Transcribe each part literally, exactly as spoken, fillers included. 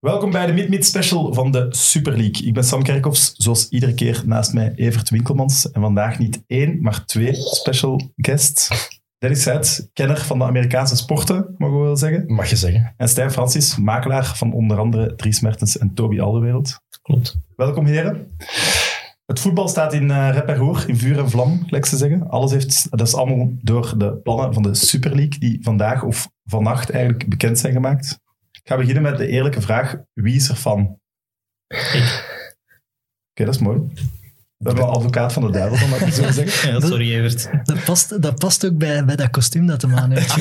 Welkom bij de Mid-Mid Special van de Super League. Ik ben Sam Kerkhoffs, zoals iedere keer naast mij Evert Winkelmans. En vandaag niet één, maar twee special guests. Dennis Zuid, kenner van de Amerikaanse sporten, mogen we wel zeggen. Mag je zeggen. En Stijn Francis, makelaar van onder andere Dries Mertens en Toby Alderweireld. Klopt. Welkom heren. Het voetbal staat in uh, rep en roer, in vuur en vlam, gelijk ze zeggen. Alles heeft, dat is allemaal door de plannen van de Super League, die vandaag of vannacht eigenlijk bekend zijn gemaakt. Ik ga beginnen met de eerlijke vraag. Wie is er fan? Ik. Oké, okay, dat is mooi. We hebben wel advocaat van de duivel, dan mag ik zo zeggen. Ja, sorry Evert. Dat past, dat past ook bij, bij dat kostuum dat de man heeft.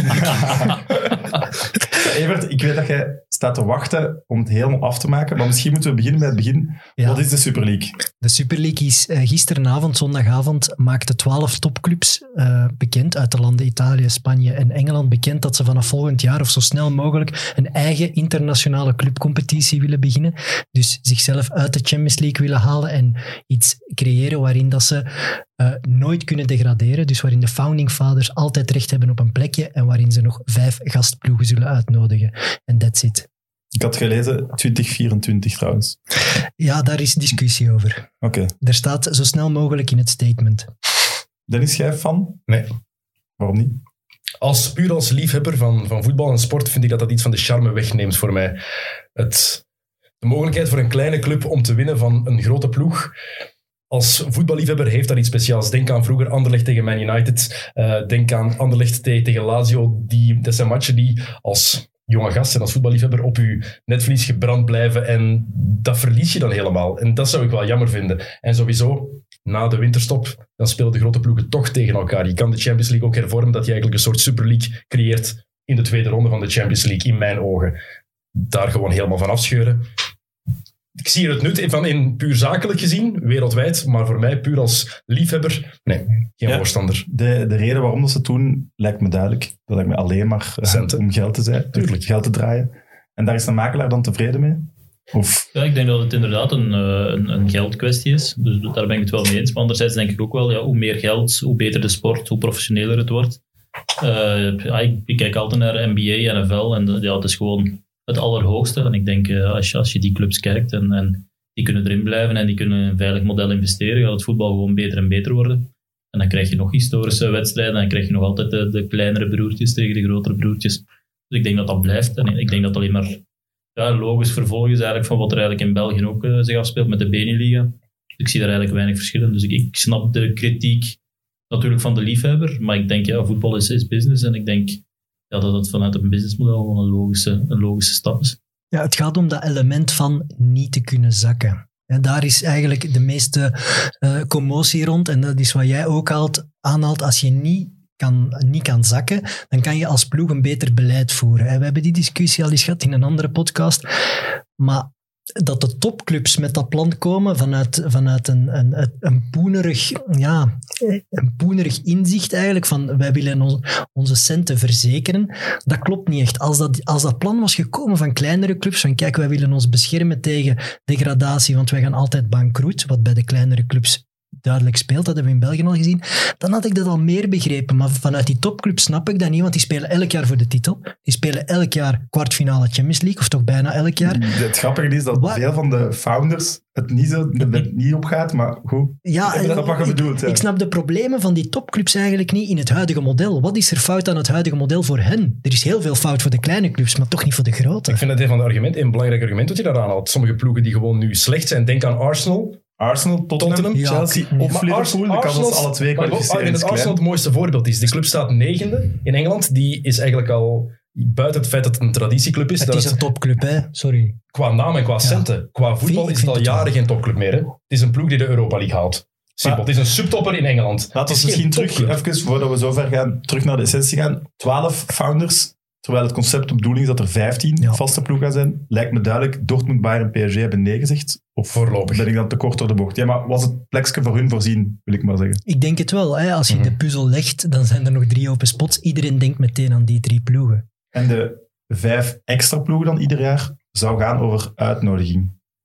Evert, ik weet dat jij staat te wachten om het helemaal af te maken, maar misschien moeten we beginnen bij het begin. Ja. Wat is de Super League? De Super League is uh, gisteravond, zondagavond, maakte twaalf topclubs uh, bekend uit de landen Italië, Spanje en Engeland bekend dat ze vanaf volgend jaar of zo snel mogelijk een eigen internationale clubcompetitie willen beginnen. Dus zichzelf uit de Champions League willen halen en iets creëren waarin dat ze uh, nooit kunnen degraderen. Dus waarin de founding fathers altijd recht hebben op een plekje en waarin ze nog vijf gastploegen zullen uitnodigen. En that's it. Ik had gelezen twintig vierentwintig trouwens. Ja, daar is discussie over. Oké. Okay. Er staat zo snel mogelijk in het statement. Dennis, jij fan? Nee. Waarom niet? Als, puur als liefhebber van, van voetbal en sport vind ik dat dat iets van de charme wegneemt voor mij. Het, de mogelijkheid voor een kleine club om te winnen van een grote ploeg. Als voetballiefhebber heeft dat iets speciaals. Denk aan vroeger Anderlecht tegen Man United. Uh, denk aan Anderlecht tegen, tegen Lazio. Die, dat zijn matchen die als jonge gast en als voetballiefhebber op je netvlies gebrand blijven. En dat verlies je dan helemaal. En dat zou ik wel jammer vinden. En sowieso, na de winterstop, dan spelen de grote ploegen toch tegen elkaar. Je kan de Champions League ook hervormen dat je eigenlijk een soort Super League creëert in de tweede ronde van de Champions League, in mijn ogen. Daar gewoon helemaal van afscheuren. Ik zie er het nut van in puur zakelijk gezien, wereldwijd, maar voor mij puur als liefhebber, nee, geen ja, voorstander. De, de reden waarom dat ze het doen, lijkt me duidelijk. Dat lijkt me alleen maar uh, om geld te zijn, tuurlijk, geld te draaien. En daar is de makelaar dan tevreden mee? Of? Ja, ik denk dat het inderdaad een, een, een geldkwestie is. Dus daar ben ik het wel mee eens. Maar anderzijds denk ik ook wel, ja, hoe meer geld, hoe beter de sport, hoe professioneler het wordt. Uh, ja, ik, ik kijk altijd naar N B A, N F L en ja, het is gewoon het allerhoogste. En ik denk, uh, als, je, als je die clubs kijkt en, en die kunnen erin blijven en die kunnen in een veilig model investeren, gaat het voetbal gewoon beter en beter worden. En dan krijg je nog historische wedstrijden en dan krijg je nog altijd de, de kleinere broertjes tegen de grotere broertjes. Dus ik denk dat dat blijft. En ik denk dat alleen maar ja, een logisch vervolg is eigenlijk van wat er eigenlijk in België ook uh, zich afspeelt met de Beneliga. Dus ik zie daar eigenlijk weinig verschillen. Dus ik, ik snap de kritiek natuurlijk van de liefhebber, maar ik denk, ja, voetbal is, is business en ik denk ja, dat het vanuit een businessmodel gewoon een logische, een logische stap is. Ja, het gaat om dat element van niet te kunnen zakken. En daar is eigenlijk de meeste uh, commotie rond. En dat is wat jij ook haalt, aanhaalt. Als je niet kan, niet kan zakken, dan kan je als ploeg een beter beleid voeren. En we hebben die discussie al eens gehad in een andere podcast. Maar dat de topclubs met dat plan komen vanuit, vanuit een, een, een, poenerig, ja, een poenerig inzicht eigenlijk van wij willen on, onze centen verzekeren, dat klopt niet echt. Als dat, als dat plan was gekomen van kleinere clubs, van kijk, wij willen ons beschermen tegen degradatie, want wij gaan altijd bankroet, wat bij de kleinere clubs duidelijk speelt, dat hebben we in België al gezien, dan had ik dat al meer begrepen. Maar vanuit die topclub snap ik dat niet, want die spelen elk jaar voor de titel. Die spelen elk jaar kwartfinale Champions League, of toch bijna elk jaar. Het grappige is dat What? veel van de founders het niet, zo, het niet opgaat, maar goed. Ja, ik, dat wat je bedoelt, ja. ik snap de problemen van die topclubs eigenlijk niet in het huidige model. Wat is er fout aan het huidige model voor hen? Er is heel veel fout voor de kleine clubs, maar toch niet voor de grote. Ik vind dat een van de argumenten, een belangrijk argument dat je daaraan haalt. Sommige ploegen die gewoon nu slecht zijn, denk aan Arsenal. Arsenal, Tottenham, Tottenham ja, Chelsea ja. of Liverpool, dan kan ons alle twee kwalificeren. Maar het Arsenal het mooiste voorbeeld is. De club staat negende in Engeland. Die is eigenlijk al, buiten het feit dat het een traditieclub is... Het dat is een het, topclub, hè? Sorry. Qua naam en qua centen. Ja. Qua voetbal is het al jaren geen topclub meer. Hè? Het is een ploeg die de Europa League haalt. Simpel. Het is een subtopper in Engeland. Laten we misschien terug, even, voordat we zover gaan, terug naar de essentie gaan. twaalf founders... Terwijl het concept de bedoeling is dat er vijftien ja. vaste ploegen zijn, lijkt me duidelijk, Dortmund, Bayern en P S G hebben nee gezegd. Of voorlopig ben ik dan te kort door de bocht? Ja, maar was het plekje voor hun voorzien, wil ik maar zeggen. Ik denk het wel. Hè. Als je mm-hmm. de puzzel legt, dan zijn er nog drie open spots. Iedereen denkt meteen aan die drie ploegen. En de vijf extra ploegen dan ieder jaar zou gaan over uitnodiging.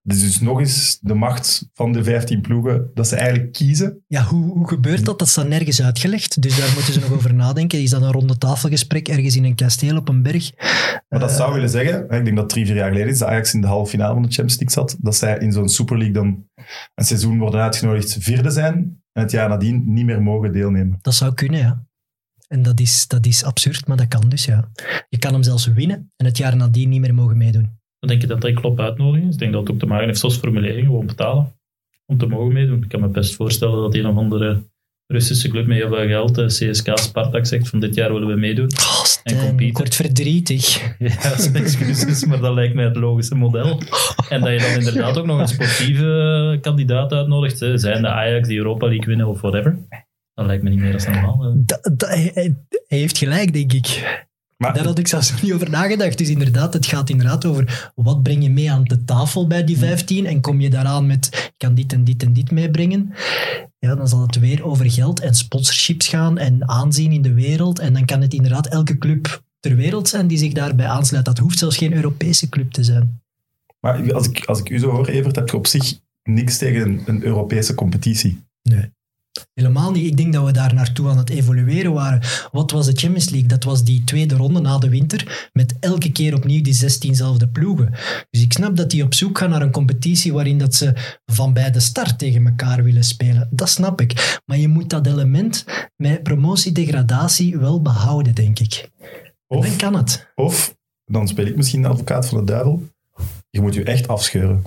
Het is dus nog eens de macht van de vijftien ploegen dat ze eigenlijk kiezen. Ja, hoe, hoe gebeurt dat? Dat staat nergens uitgelegd. Dus daar moeten ze nog over nadenken. Is dat een ronde tafelgesprek ergens in een kasteel op een berg? Maar dat Uh, zou willen zeggen, ik denk dat drie, vier jaar geleden is, dat Ajax in de halve finale van de Champions League zat, dat zij in zo'n Super League dan een seizoen worden uitgenodigd vierde zijn en het jaar nadien niet meer mogen deelnemen. Dat zou kunnen, ja. En dat is, dat is absurd, maar dat kan dus, ja. Je kan hem zelfs winnen en het jaar nadien niet meer mogen meedoen. Dan denk je dat dat een klop uitnodiging is. Ik denk dat het ook te maken heeft zoals Formule één, gewoon betalen om te mogen meedoen. Ik kan me best voorstellen dat een of andere Russische club met heel veel geld, de C S K A Spartak, zegt van dit jaar willen we meedoen. Oh, En Stijn, competen. ik word verdrietig. Ja, excuses, maar dat lijkt mij het logische model. En dat je dan inderdaad ook nog een sportieve kandidaat uitnodigt, hè, zijn de Ajax die Europa League winnen of whatever. Dat lijkt me niet meer als normaal. Hè. Dat, dat, hij, hij- hij heeft gelijk, denk ik. Maar Daar had ik zelfs nog niet over nagedacht. Dus inderdaad, het gaat inderdaad over wat breng je mee aan de tafel bij die vijftien en kom je daaraan met ik kan dit en dit en dit meebrengen. Ja, dan zal het weer over geld en sponsorships gaan en aanzien in de wereld. En dan kan het inderdaad elke club ter wereld zijn die zich daarbij aansluit. Dat hoeft zelfs geen Europese club te zijn. Maar als ik, als ik u zo hoor, Evert, heb je op zich niks tegen een, een Europese competitie. Nee. Helemaal niet. Ik denk dat we daar naartoe aan het evolueren waren. Wat was de Champions League? Dat was die tweede ronde na de winter, met elke keer opnieuw die zestienzelfde ploegen. Dus ik snap dat die op zoek gaan naar een competitie waarin dat ze van bij de start tegen elkaar willen spelen. Dat snap ik. Maar je moet dat element met promotie-degradatie wel behouden, denk ik. En dan Of, kan het. of, dan speel ik misschien de advocaat van de duivel, je moet je echt afscheuren.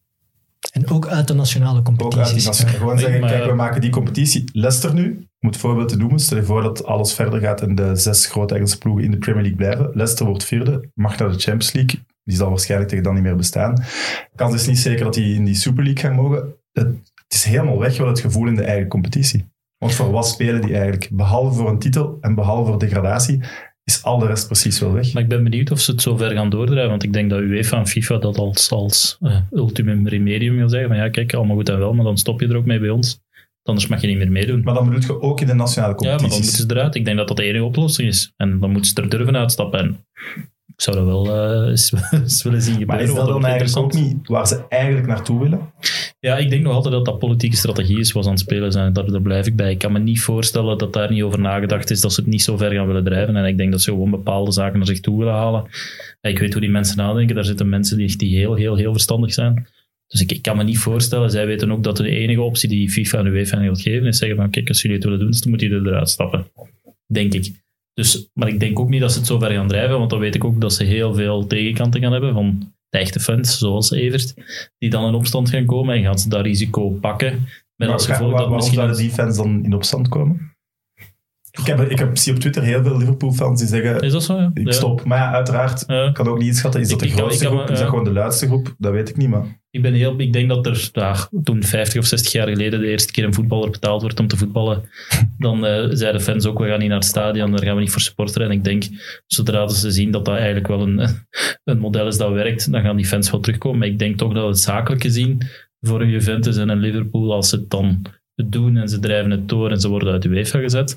En ook uit de nationale Ook uit die competities. nationale. Gewoon Maar- zeggen, maar- kijk, we maken die competitie. Leicester nu, om het voorbeeld te noemen, stel je voor dat alles verder gaat en de zes grote Engelse ploegen in de Premier League blijven. Leicester wordt vierde, mag naar de Champions League. Die zal waarschijnlijk tegen dan niet meer bestaan. Kans is niet zeker dat die in die Super League gaan mogen. Het, het is helemaal weg wel het gevoel in de eigen competitie. Want voor wat spelen die eigenlijk? Behalve voor een titel en behalve voor degradatie, is al de rest precies wel weg. Maar ik ben benieuwd of ze het zo ver gaan doordrijven, want ik denk dat UEFA en FIFA dat als, als uh, ultimum remedium wil zeggen. Van ja, kijk, allemaal goed en wel, maar dan stop je er ook mee bij ons. Anders mag je niet meer meedoen. Maar dan bedoel je ook in de nationale Ja, maar dan competities. moeten ze eruit. Ik denk dat dat de enige oplossing is. En dan moeten ze er durven uitstappen. En ik zou dat wel uh, eens, eens willen zien gebeuren. Maar is dat want dan wordt eigenlijk ook interessant. niet waar ze eigenlijk naartoe willen? Ja, ik denk nog altijd dat dat politieke strategie is wat ze aan het spelen zijn. Daar, daar blijf ik bij. Ik kan me niet voorstellen dat daar niet over nagedacht is, dat ze het niet zo ver gaan willen drijven. En ik denk dat ze gewoon bepaalde zaken naar zich toe willen halen. Ja, ik weet hoe die mensen nadenken. Daar zitten mensen die, die heel, heel, heel verstandig zijn. Dus ik, ik kan me niet voorstellen. Zij weten ook dat de enige optie die FIFA en UEFA wil geven is zeggen van kijk, als jullie het willen doen, dan moeten jullie eruit stappen. Denk ik. Dus, maar ik denk ook niet dat ze het zo ver gaan drijven, want dan weet ik ook dat ze heel veel tegenkanten gaan hebben van de echte fans, zoals Evert, die dan in opstand gaan komen en gaan ze dat risico pakken. Met Maar als ga- gevolg waar- dat waarom misschien... zouden die fans dan in opstand komen? Ik, heb, ik heb, zie op Twitter heel veel Liverpool-fans die zeggen Is dat zo? Ja? ik Ja. stop. Maar ja, uiteraard, Ja. ik kan ook niet inschatten. Is dat Ik- de ik kan- grootste ik kan groep? me- Is dat ja. gewoon de luidste groep? Dat weet ik niet, maar... Ik, ben heel, ik denk dat er ja, toen vijftig of zestig jaar geleden de eerste keer een voetballer betaald wordt om te voetballen, dan uh, zeiden fans ook, we gaan niet naar het stadion, daar gaan we niet voor supporteren. En ik denk, zodra ze zien dat dat eigenlijk wel een, een model is dat werkt, dan gaan die fans wel terugkomen. Maar ik denk toch dat het zakelijk gezien voor een Juventus en een Liverpool, als ze het dan doen en ze drijven het door en ze worden uit de UEFA gezet,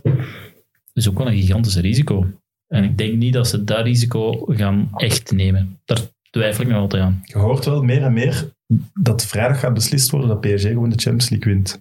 is ook wel een gigantisch risico. En ik denk niet dat ze dat risico gaan echt nemen. Daar twijfel ik nog altijd aan. Je hoort wel meer en meer dat vrijdag gaat beslist worden dat P S G gewoon de Champions League wint.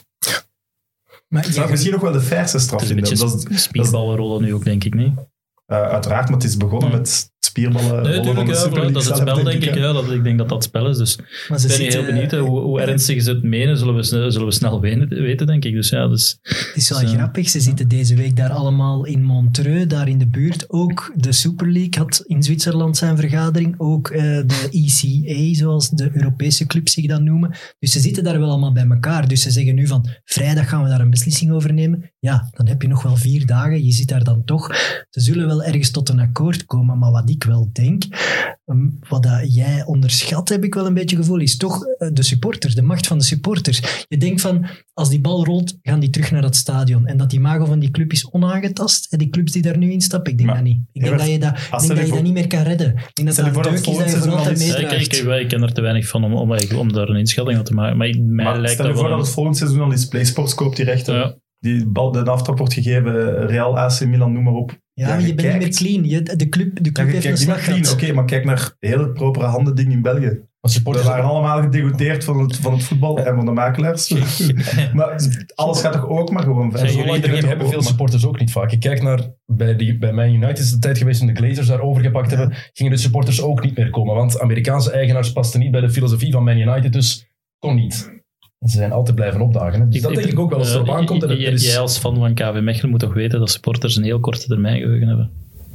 Maar Dat zou ik ja, misschien nog wel de fairste straf Het is een vinden. beetje Dat is, spierballen rollen nu ook, denk ik, niet? uh, uiteraard, maar het is begonnen Ja. met spierballen Nee, rollen van natuurlijk, de ja, Super voilà, League dat is het zelf, spel, denk ik. hè. Ja, dat, ik denk dat dat het spel is. Dus maar ze ik ben zitten- heel benieuwd. hè, Hoe, hoe ernstig ze het menen, zullen we, sne- zullen we snel weten, weten, denk ik. Dus ja, dus, Het is wel Dus, eh, grappig. Ze zitten deze week daar allemaal in Montreux, daar in de buurt. Ook de Super League had in Zwitserland zijn vergadering. Ook eh, de E C A, zoals de Europese clubs zich dan noemen. Dus ze zitten daar wel allemaal bij elkaar. Dus ze zeggen nu van, vrijdag gaan we daar een beslissing over nemen. Ja, dan heb je nog wel vier dagen. Je zit daar dan toch. Ze zullen wel ergens tot een akkoord komen. Maar wat ik wel denk, um, wat dat jij onderschat, heb ik wel een beetje gevoel, is toch uh, de supporters, de macht van de supporters. Je denkt van, als die bal rolt, gaan die terug naar het stadion. En dat die imago van die club is onaangetast. En die clubs die daar nu in stappen, ik denk Maar, dat niet. Ik denk Evert, dat je dat, ik als denk stel dat, je je dat voor- niet meer kan redden. Ik denk dat Stel je dat voor een dat deuk is dat je volgend voor altijd seizoen al ja, meedraagt. kijk, ik, ik ken er te weinig van om, om, om daar een inschatting aan te maken. Maar mij Maar lijkt stel je dat voor wel... dat het volgend seizoen al is. PlaySports koopt die rechten. Ja. Die bal, de aftrap wordt gegeven, Real, A C Milan, noem maar op. Ja, maar je bent niet meer clean. Je, de club, de Ja, club je heeft een kijkt niet meer slag clean. gehad. Oké, maar kijk naar heel het propere handen ding in België. Als We supporters waren allemaal gedegoteerd van het, van het voetbal en van de makelaars. Maar alles gaat toch ook maar gewoon verder. Zo jullie lang Iedereen hebben ook veel maar- supporters ook niet vaak. Ik kijk naar, bij, die, bij Man United is de tijd geweest toen de Glazers daar overgepakt hebben, gingen de supporters ook niet meer komen, want Amerikaanse eigenaars pasten niet bij de filosofie van Man United, dus kon niet. Ze zijn altijd blijven opdagen. Hè. Dus dat denk ik ook wel als het erop aankomt. En er- er is- Jij als fan van K V Mechelen moet toch weten dat supporters een heel korte termijn geheugen hebben.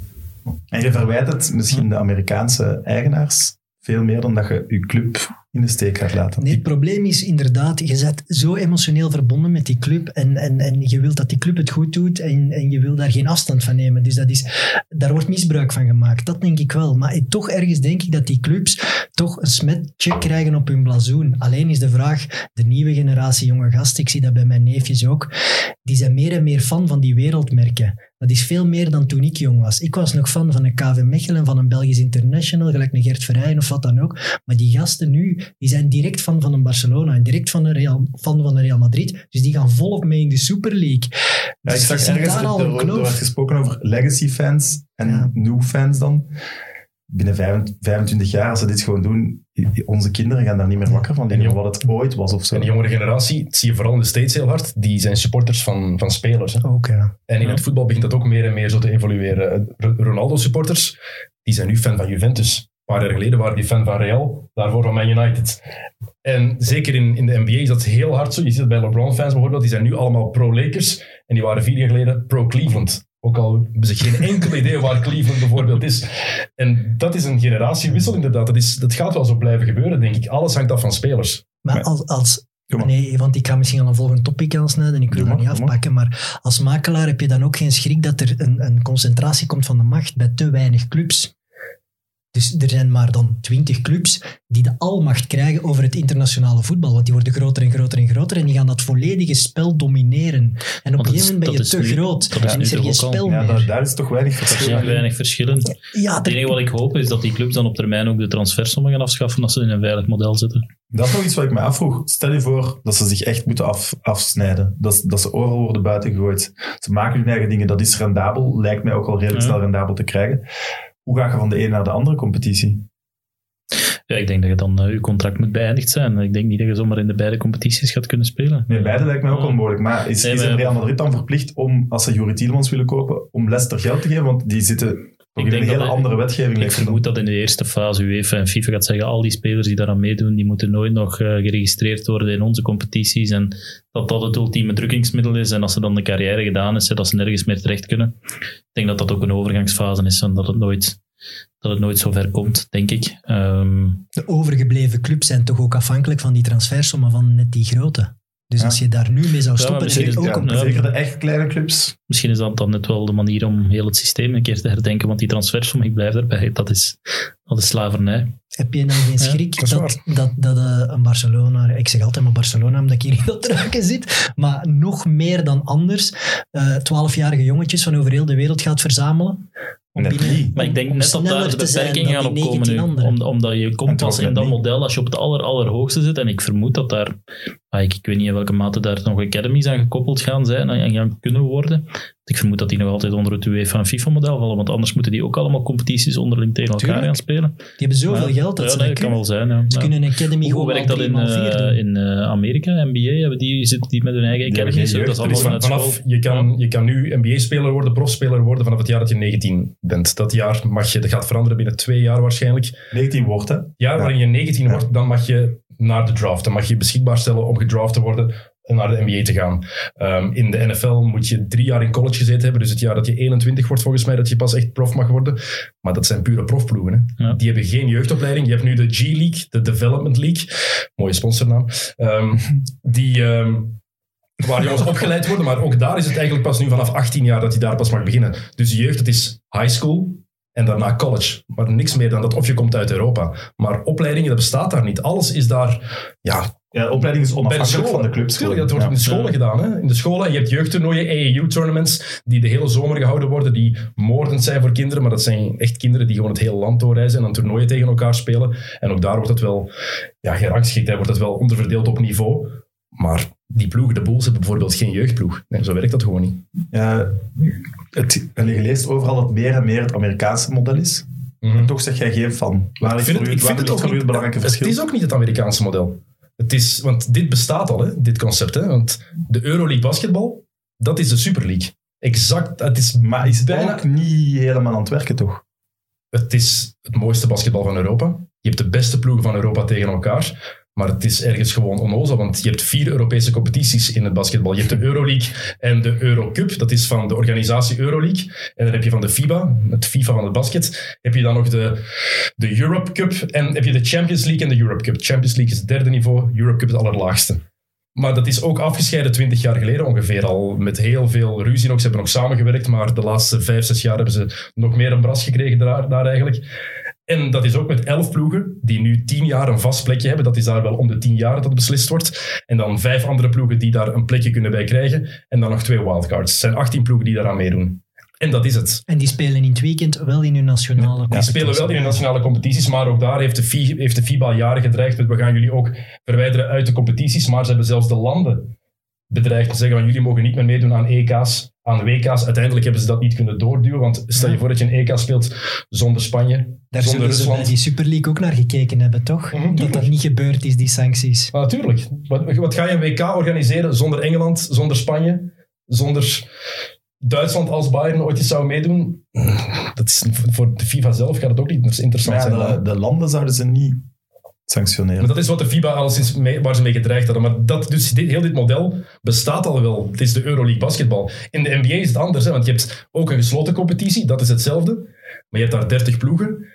En je verwijt het misschien de Amerikaanse eigenaars veel meer dan dat je je club in de steek gaat laten. Nee, het probleem is inderdaad, je bent zo emotioneel verbonden met die club en, en, en je wilt dat die club het goed doet en, en je wil daar geen afstand van nemen. Dus dat is, daar wordt misbruik van gemaakt, dat denk ik wel. Maar toch ergens denk ik dat die clubs toch een smetcheck krijgen op hun blazoen. Alleen is de vraag, de nieuwe generatie jonge gasten, ik zie dat bij mijn neefjes ook, die zijn meer en meer fan van die wereldmerken. Dat is veel meer dan toen ik jong was. Ik was nog fan van een K V Mechelen, van een Belgisch International, gelijk een Gert Verheyen of wat dan ook. Maar die gasten nu, die zijn direct fan van een Barcelona en direct van een Real, fan van een Real Madrid. Dus die gaan volop mee in de Super League. Ja, ik Dus zag je ziet ergens, daar er, al er, een er werd kloof. gesproken over legacy fans en Ja. new fans dan. Binnen vijfentwintig jaar, als ze dit gewoon doen, onze kinderen gaan daar niet meer wakker van liggen, wat het ooit was of zo. En de jongere generatie, dat zie je vooral in de States heel hard, die zijn supporters van, van spelers. Hè. Ook, ja. En in Ja. het voetbal begint dat ook meer en meer zo te evolueren. R- Ronaldo-supporters, die zijn nu fan van Juventus. Een paar jaar geleden waren die fan van Real, daarvoor van Man United. En zeker in, in de N B A is dat heel hard zo. Je ziet het bij LeBron-fans bijvoorbeeld, die zijn nu allemaal pro-Lakers en die waren vier jaar geleden pro-Cleveland. Ook al hebben ze geen enkel idee waar Cleveland bijvoorbeeld is. En dat is een generatiewissel inderdaad. Dat, is, dat gaat wel zo blijven gebeuren, denk ik. Alles hangt af van spelers. Maar Maar- als... als Doe maar. Nee, want ik ga misschien al een volgend topic aansnijden en ik wil Doe dat maar, niet doe maar. afpakken. Maar als makelaar heb je dan ook geen schrik dat er een, een concentratie komt van de macht bij te weinig clubs. Dus er zijn maar dan twintig clubs die de almacht krijgen over het internationale voetbal. Want die worden groter en groter en groter en die gaan dat volledige spel domineren. En op Want een dat is- gegeven moment ben je dat is te nu- groot. dat is en nu is er toch geen ook al. spel Ja, meer. daar, daar is toch weinig Er verschil. zijn weinig verschillen. Ja, Het er- enige wat ik hoop is dat die clubs dan op termijn ook de transfersommen gaan afschaffen als ze in een veilig model zitten. Dat is nog iets wat ik me afvroeg. Stel je voor dat ze zich echt moeten af, afsnijden. Dat, dat ze overal worden buiten gegooid. Ze maken hun eigen dingen. Dat is rendabel. Lijkt mij ook al redelijk Ja. snel rendabel te krijgen. Hoe ga je van de een naar de andere competitie? Ja, ik denk dat je dan uh, je contract moet beëindigd zijn. Ik denk niet dat je zomaar in de beide competities gaat kunnen spelen. Nee, beide lijkt mij ook Ja. onmogelijk. Maar is, Nee, is maar- een Real Madrid dan verplicht om, als ze Juri Tielemans willen kopen, om Leicester geld te geven? Want die zitten toch in denk een hele dat- andere wetgeving. Ik lijkt me vermoed dat in de eerste fase UEFA en FIFA gaat zeggen, al die spelers die daaraan meedoen, die moeten nooit nog uh, geregistreerd worden in onze competities en dat dat het ultieme drukkingsmiddel is en als ze dan de carrière gedaan is, dat ze nergens meer terecht kunnen. Ik denk dat dat ook een overgangsfase is en dat het nooit, dat het nooit zo ver komt, denk ik. Ehm, de overgebleven clubs zijn toch ook afhankelijk van die transfersommen van net die grote. Dus Ja. als je daar nu mee zou Ja, stoppen, misschien heb je is ook het- een ja, probleem. Zeker de echt kleine clubs. misschien is dat dan net wel de manier om heel het systeem een keer te herdenken, want die transfersom, ik blijf erbij, dat is, dat is slavernij. Heb je dan geen schrik dat is dat, dat, dat eh, een Barcelona, ik zeg altijd maar Barcelona omdat ik hier in dat truiken zit, maar nog meer dan anders, twaalfjarige jongetjes van over heel de wereld gaat verzamelen? Om Net binnen- niet. Maar ik denk om net dat daar sneller de te zijn beperkingen dan gaan die opkomen nu. negentien anderen. Om, omdat je En komt toch pas in net dat niet. model als je op het aller, allerhoogste zit. En ik vermoed dat daar, ah, ik, ik weet niet in welke mate daar nog academies aan gekoppeld gaan zijn en gaan kunnen worden. Ik vermoed dat die nog altijd onder het UEFA en FIFA-model vallen, want anders moeten die ook allemaal competities onderling tegen elkaar Tuurlijk. gaan spelen. Die hebben zoveel Ja. geld dat ja, ze nee, dat dat kan kunnen. wel zijn. Ja. Ze Ja. kunnen een academy Hoe gewoon werkt al dat in, drie maal vier eh, doen. in eh, Amerika? N B A, hebben die, zitten die met hun eigen Die hebben academies? geen Dat is jeugd. allemaal Er is vanuit Vanaf, school. je, kan, je kan nu N B A-speler worden, profspeler worden vanaf het jaar dat je negentien bent. Dat jaar mag je, dat gaat veranderen binnen twee jaar waarschijnlijk. negentien wordt, hè? Het jaar waarin je negentien Ja. wordt, dan mag je naar de draft. Dan mag je beschikbaar stellen om gedraft te worden en naar de N B A te gaan. Um, in de N F L moet je drie jaar in college gezeten hebben. Dus het jaar dat je eenentwintig wordt volgens mij, dat je pas echt prof mag worden. Maar dat zijn pure profploegen. Hè. Ja. Die hebben geen jeugdopleiding. Je hebt nu de G-League, de Development League. Mooie sponsornaam. Um, die... Um, waar jongens opgeleid worden, maar ook daar is het eigenlijk pas nu vanaf achttien jaar dat je daar pas mag beginnen. Dus jeugd, dat is high school en daarna college. Maar niks meer dan dat of je komt uit Europa. Maar opleidingen, dat bestaat daar niet. Alles is daar, ja, Ja, de opleiding is bij de onafhankelijk scholen. van de clubs. Tuurlijk, dat wordt Ja. in de scholen Ja. gedaan. Hè? In de scholen. En je hebt jeugdtoernooien, A A U-tournaments, die de hele zomer gehouden worden, die moordend zijn voor kinderen. Maar dat zijn echt kinderen die gewoon het hele land doorreizen en dan toernooien tegen elkaar spelen. En ook daar wordt het wel ja, gerangschikt. Hè? Wordt het wel onderverdeeld op niveau. Maar die ploegen, de Bulls, hebben bijvoorbeeld geen jeugdploeg. Nee, zo werkt dat gewoon niet. Ja, het, en je leest overal dat meer en meer het Amerikaanse model is. Mm-hmm. En toch zeg jij geen fan. Waar ligt voor u het, waar ligt voor u het belangrijke verschil? Het is ook niet het Amerikaanse model. Het is, want dit bestaat al, hè, dit concept. Hè, want de Euroleague basketbal, dat is de Super League. Exact. Het is Maar is het bijna... ook niet helemaal aan het werken, toch? Het is het mooiste basketbal van Europa. Je hebt de beste ploegen van Europa tegen elkaar. Maar het is ergens gewoon onnozel, want je hebt vier Europese competities in het basketbal. Je hebt de Euroleague en de Eurocup. Dat is van de organisatie Euroleague. En dan heb je van de FIBA, het FIFA van het basket. Heb je dan nog de, de Europe Cup en heb je de Champions League en de Europe Cup. Champions League is het derde niveau, Europe Cup is het allerlaagste. Maar dat is ook afgescheiden twintig jaar geleden ongeveer al. Met heel veel ruzie nog. Ze hebben nog samengewerkt, maar de laatste vijf, zes jaar hebben ze nog meer een bras gekregen daar, daar eigenlijk. En dat is ook met elf ploegen, die nu tien jaar een vast plekje hebben. Dat is daar wel om de tien jaar dat het beslist wordt. En dan vijf andere ploegen die daar een plekje kunnen bij krijgen. En dan nog twee wildcards. Het zijn achttien ploegen die daaraan meedoen. En dat is het. En die spelen in het weekend wel in hun nationale Die competitie. spelen wel in hun nationale competities, maar ook daar heeft de, F I, heeft de FIBA al jaren gedreigd met we gaan jullie ook verwijderen uit de competities. Maar ze hebben zelfs de landen bedreigd te zeggen van jullie mogen niet meer meedoen aan E K's, aan W K's. Uiteindelijk hebben ze dat niet kunnen doorduwen, want stel je voor dat je een E K speelt zonder Spanje, Daar zonder zullen ze Rusland. bij die Super League ook naar gekeken hebben, toch? Mm-hmm, dat dat niet gebeurd is, die sancties. Maar natuurlijk. Wat, wat ga je een W K organiseren zonder Engeland, zonder Spanje, zonder Duitsland als Bayern ooit eens zou meedoen? Dat is, voor de FIFA zelf gaat het ook niet interessant Maar ja, zijn. de, de landen zouden ze niet sanctioneren. Maar dat is wat de FIBA alleszins mee, waar ze mee gedreigd hadden. Maar dat, dus dit, heel dit model bestaat al wel. Het is de Euroleague basketbal. In de N B A is het anders, hè, want je hebt ook een gesloten competitie, dat is hetzelfde. Maar je hebt daar dertig ploegen.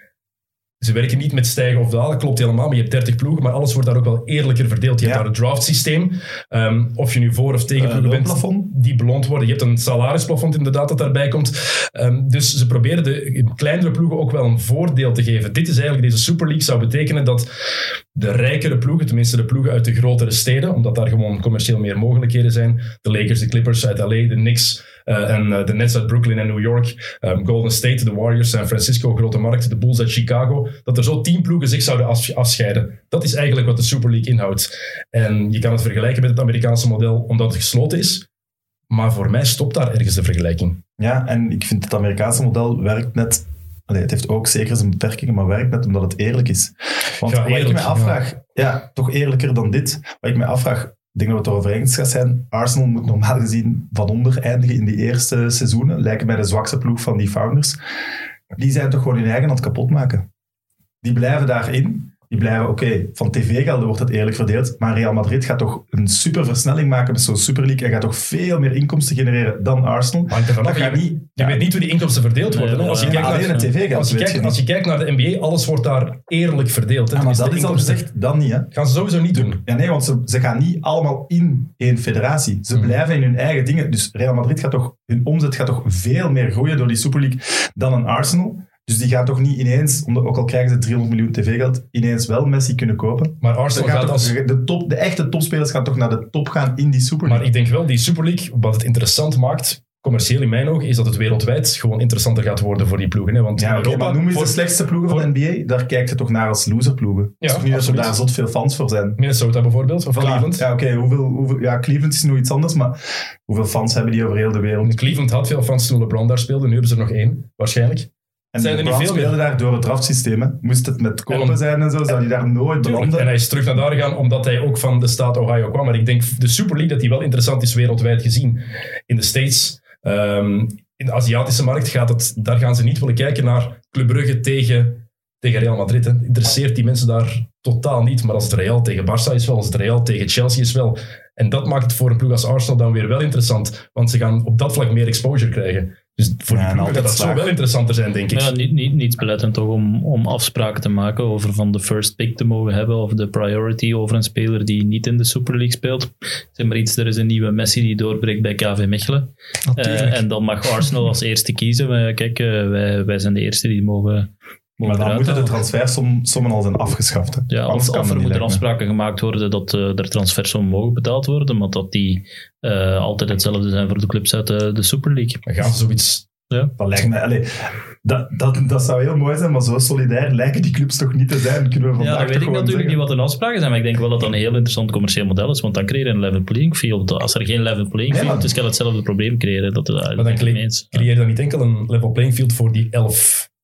Ze werken niet met stijgen of dalen, klopt helemaal, maar je hebt dertig ploegen, maar alles wordt daar ook wel eerlijker verdeeld. Je Ja. hebt daar een draftsysteem. Um, of je nu voor of tegen Uh, ploegen bent, loonplafond. die beloond worden. Je hebt een salarisplafond inderdaad dat daarbij komt. Um, dus ze proberen de kleinere ploegen ook wel een voordeel te geven. Dit is eigenlijk, deze Super League zou betekenen dat de rijkere ploegen, tenminste de ploegen uit de grotere steden, omdat daar gewoon commercieel meer mogelijkheden zijn, de Lakers, de Clippers uit L A, de Knicks uh, en uh, de Nets uit Brooklyn en New York, um, Golden State, de Warriors, San Francisco, grote markt, de Bulls uit Chicago, dat er zo tien ploegen zich zouden af- afscheiden. Dat is eigenlijk wat de Super League inhoudt. En je kan het vergelijken met het Amerikaanse model omdat het gesloten is, maar voor mij stopt daar ergens de vergelijking. Ja, en ik vind het Amerikaanse model werkt net... Allee, het heeft ook zeker zijn beperkingen, maar werkt net omdat het eerlijk is. Want Ja, wat ik eerlijk, me afvraag... Ja. ja, toch eerlijker dan dit. Wat ik me afvraag, ik denk dat we het erover eens gaan zijn, Arsenal moet normaal gezien van onder eindigen in die eerste seizoenen, lijken mij de zwakste ploeg van die founders. Die zijn toch gewoon hun eigen aan het kapotmaken. Die blijven daarin. Die blijven, oké, okay, van tv-gelden wordt het eerlijk verdeeld, maar Real Madrid gaat toch een super versnelling maken met zo'n Super League en gaat toch veel meer inkomsten genereren dan Arsenal. Maar dat Dat je, gaat niet... je ja, weet niet hoe die inkomsten verdeeld worden. Nee, hè. Als je ja, kijkt alleen naar, het tv-geld, als je weet kijkt, je als je niet. kijkt naar de N B A, alles wordt daar eerlijk verdeeld. Hè. Ja, maar Tenminste, dat is al inkomsten. gezegd, dan niet, hè. Gaan ze sowieso niet doen. Ja, nee, want ze, ze gaan niet allemaal in één federatie. Ze Hmm. blijven in hun eigen dingen. Dus Real Madrid gaat toch, hun omzet gaat toch veel meer groeien door die Super League dan een Arsenal. Dus die gaan toch niet ineens, omdat, ook al krijgen ze driehonderd miljoen tv-geld, ineens wel Messi kunnen kopen. Maar Ze Arsenal gaan gaat toch, als... de, top, de echte topspelers gaan toch naar de top gaan in die Super League. Maar ik denk wel, die Super League, wat het interessant maakt, commercieel in mijn ogen, is dat het wereldwijd gewoon interessanter gaat worden voor die ploegen. Hè. Want ja, in oké, Europa... maar noem eens voor de slechtste ploegen van voor- de N B A. Daar kijkt je toch naar als loserploegen. Het is Ja, toch niet dat er absoluut. daar zot veel fans voor zijn. Minnesota bijvoorbeeld, of Voilà. Cleveland. Ja, oké, hoeveel, hoeveel, ja, Cleveland is nog iets anders, maar hoeveel fans hebben die over heel de wereld? Cleveland had veel fans toen LeBron daar speelde, nu hebben ze er nog één, waarschijnlijk. En Zijn er de niet Browns veel meer? speelde daar door het draftsysteem. Hè. Moest het met kopen En om- zijn en zo, zou die daar nooit Tuurlijk. belanden. En hij is terug naar daar gegaan omdat hij ook van de staat Ohio kwam. Maar ik denk de Super League dat die wel interessant is wereldwijd gezien. In de States, um, in de Aziatische markt, gaat het, daar gaan ze niet willen kijken naar Club Brugge tegen, tegen Real Madrid. Hè. Interesseert die mensen daar totaal niet. Maar als het Real tegen Barça is wel, als het Real tegen Chelsea is wel. En dat maakt het voor een ploeg als Arsenal dan weer wel interessant. Want ze gaan op dat vlak meer exposure krijgen. Dus voor Ja, die en ploegen gaat altijd dat zo slaag. wel interessanter zijn, denk ik. Maar ja, niet, niet, niet belettend toch om, om afspraken te maken over van de first pick te mogen hebben of de priority over een speler die niet in de Super League speelt. Zeg maar iets, er is een nieuwe Messi die doorbreekt bij K V Mechelen. Natuurlijk. Uh, en dan mag Arsenal als eerste kiezen. Wij, kijk, uh, wij, wij zijn de eerste die mogen, mogen Maar dan eruit moeten de halen. transfersommen al zijn afgeschaft. Hè. Ja, Anders of, kan of dat er niet, moeten lijkt me. afspraken gemaakt worden dat uh, er transfersommen mogen betaald worden, maar dat die uh, altijd hetzelfde zijn voor de clubs uit de, de Super League. Dan gaan ze zoiets... Ja. Dat lijkt mij... Allee, dat, dat, dat zou heel mooi zijn, maar zo solidair lijken die clubs toch niet te zijn. Kunnen we vandaag Ja, dan weet toch ik gewoon natuurlijk niet zeggen. wat de afspraken zijn, maar ik denk wel dat dat een heel interessant commercieel model is, want dan creëer je een level playing field. Als er geen level playing Ja, field maar- is, kan je hetzelfde probleem creëren. Dat, dat Maar dan denk ik cre- niet eens. creëer je dan niet enkel een level playing field voor die elf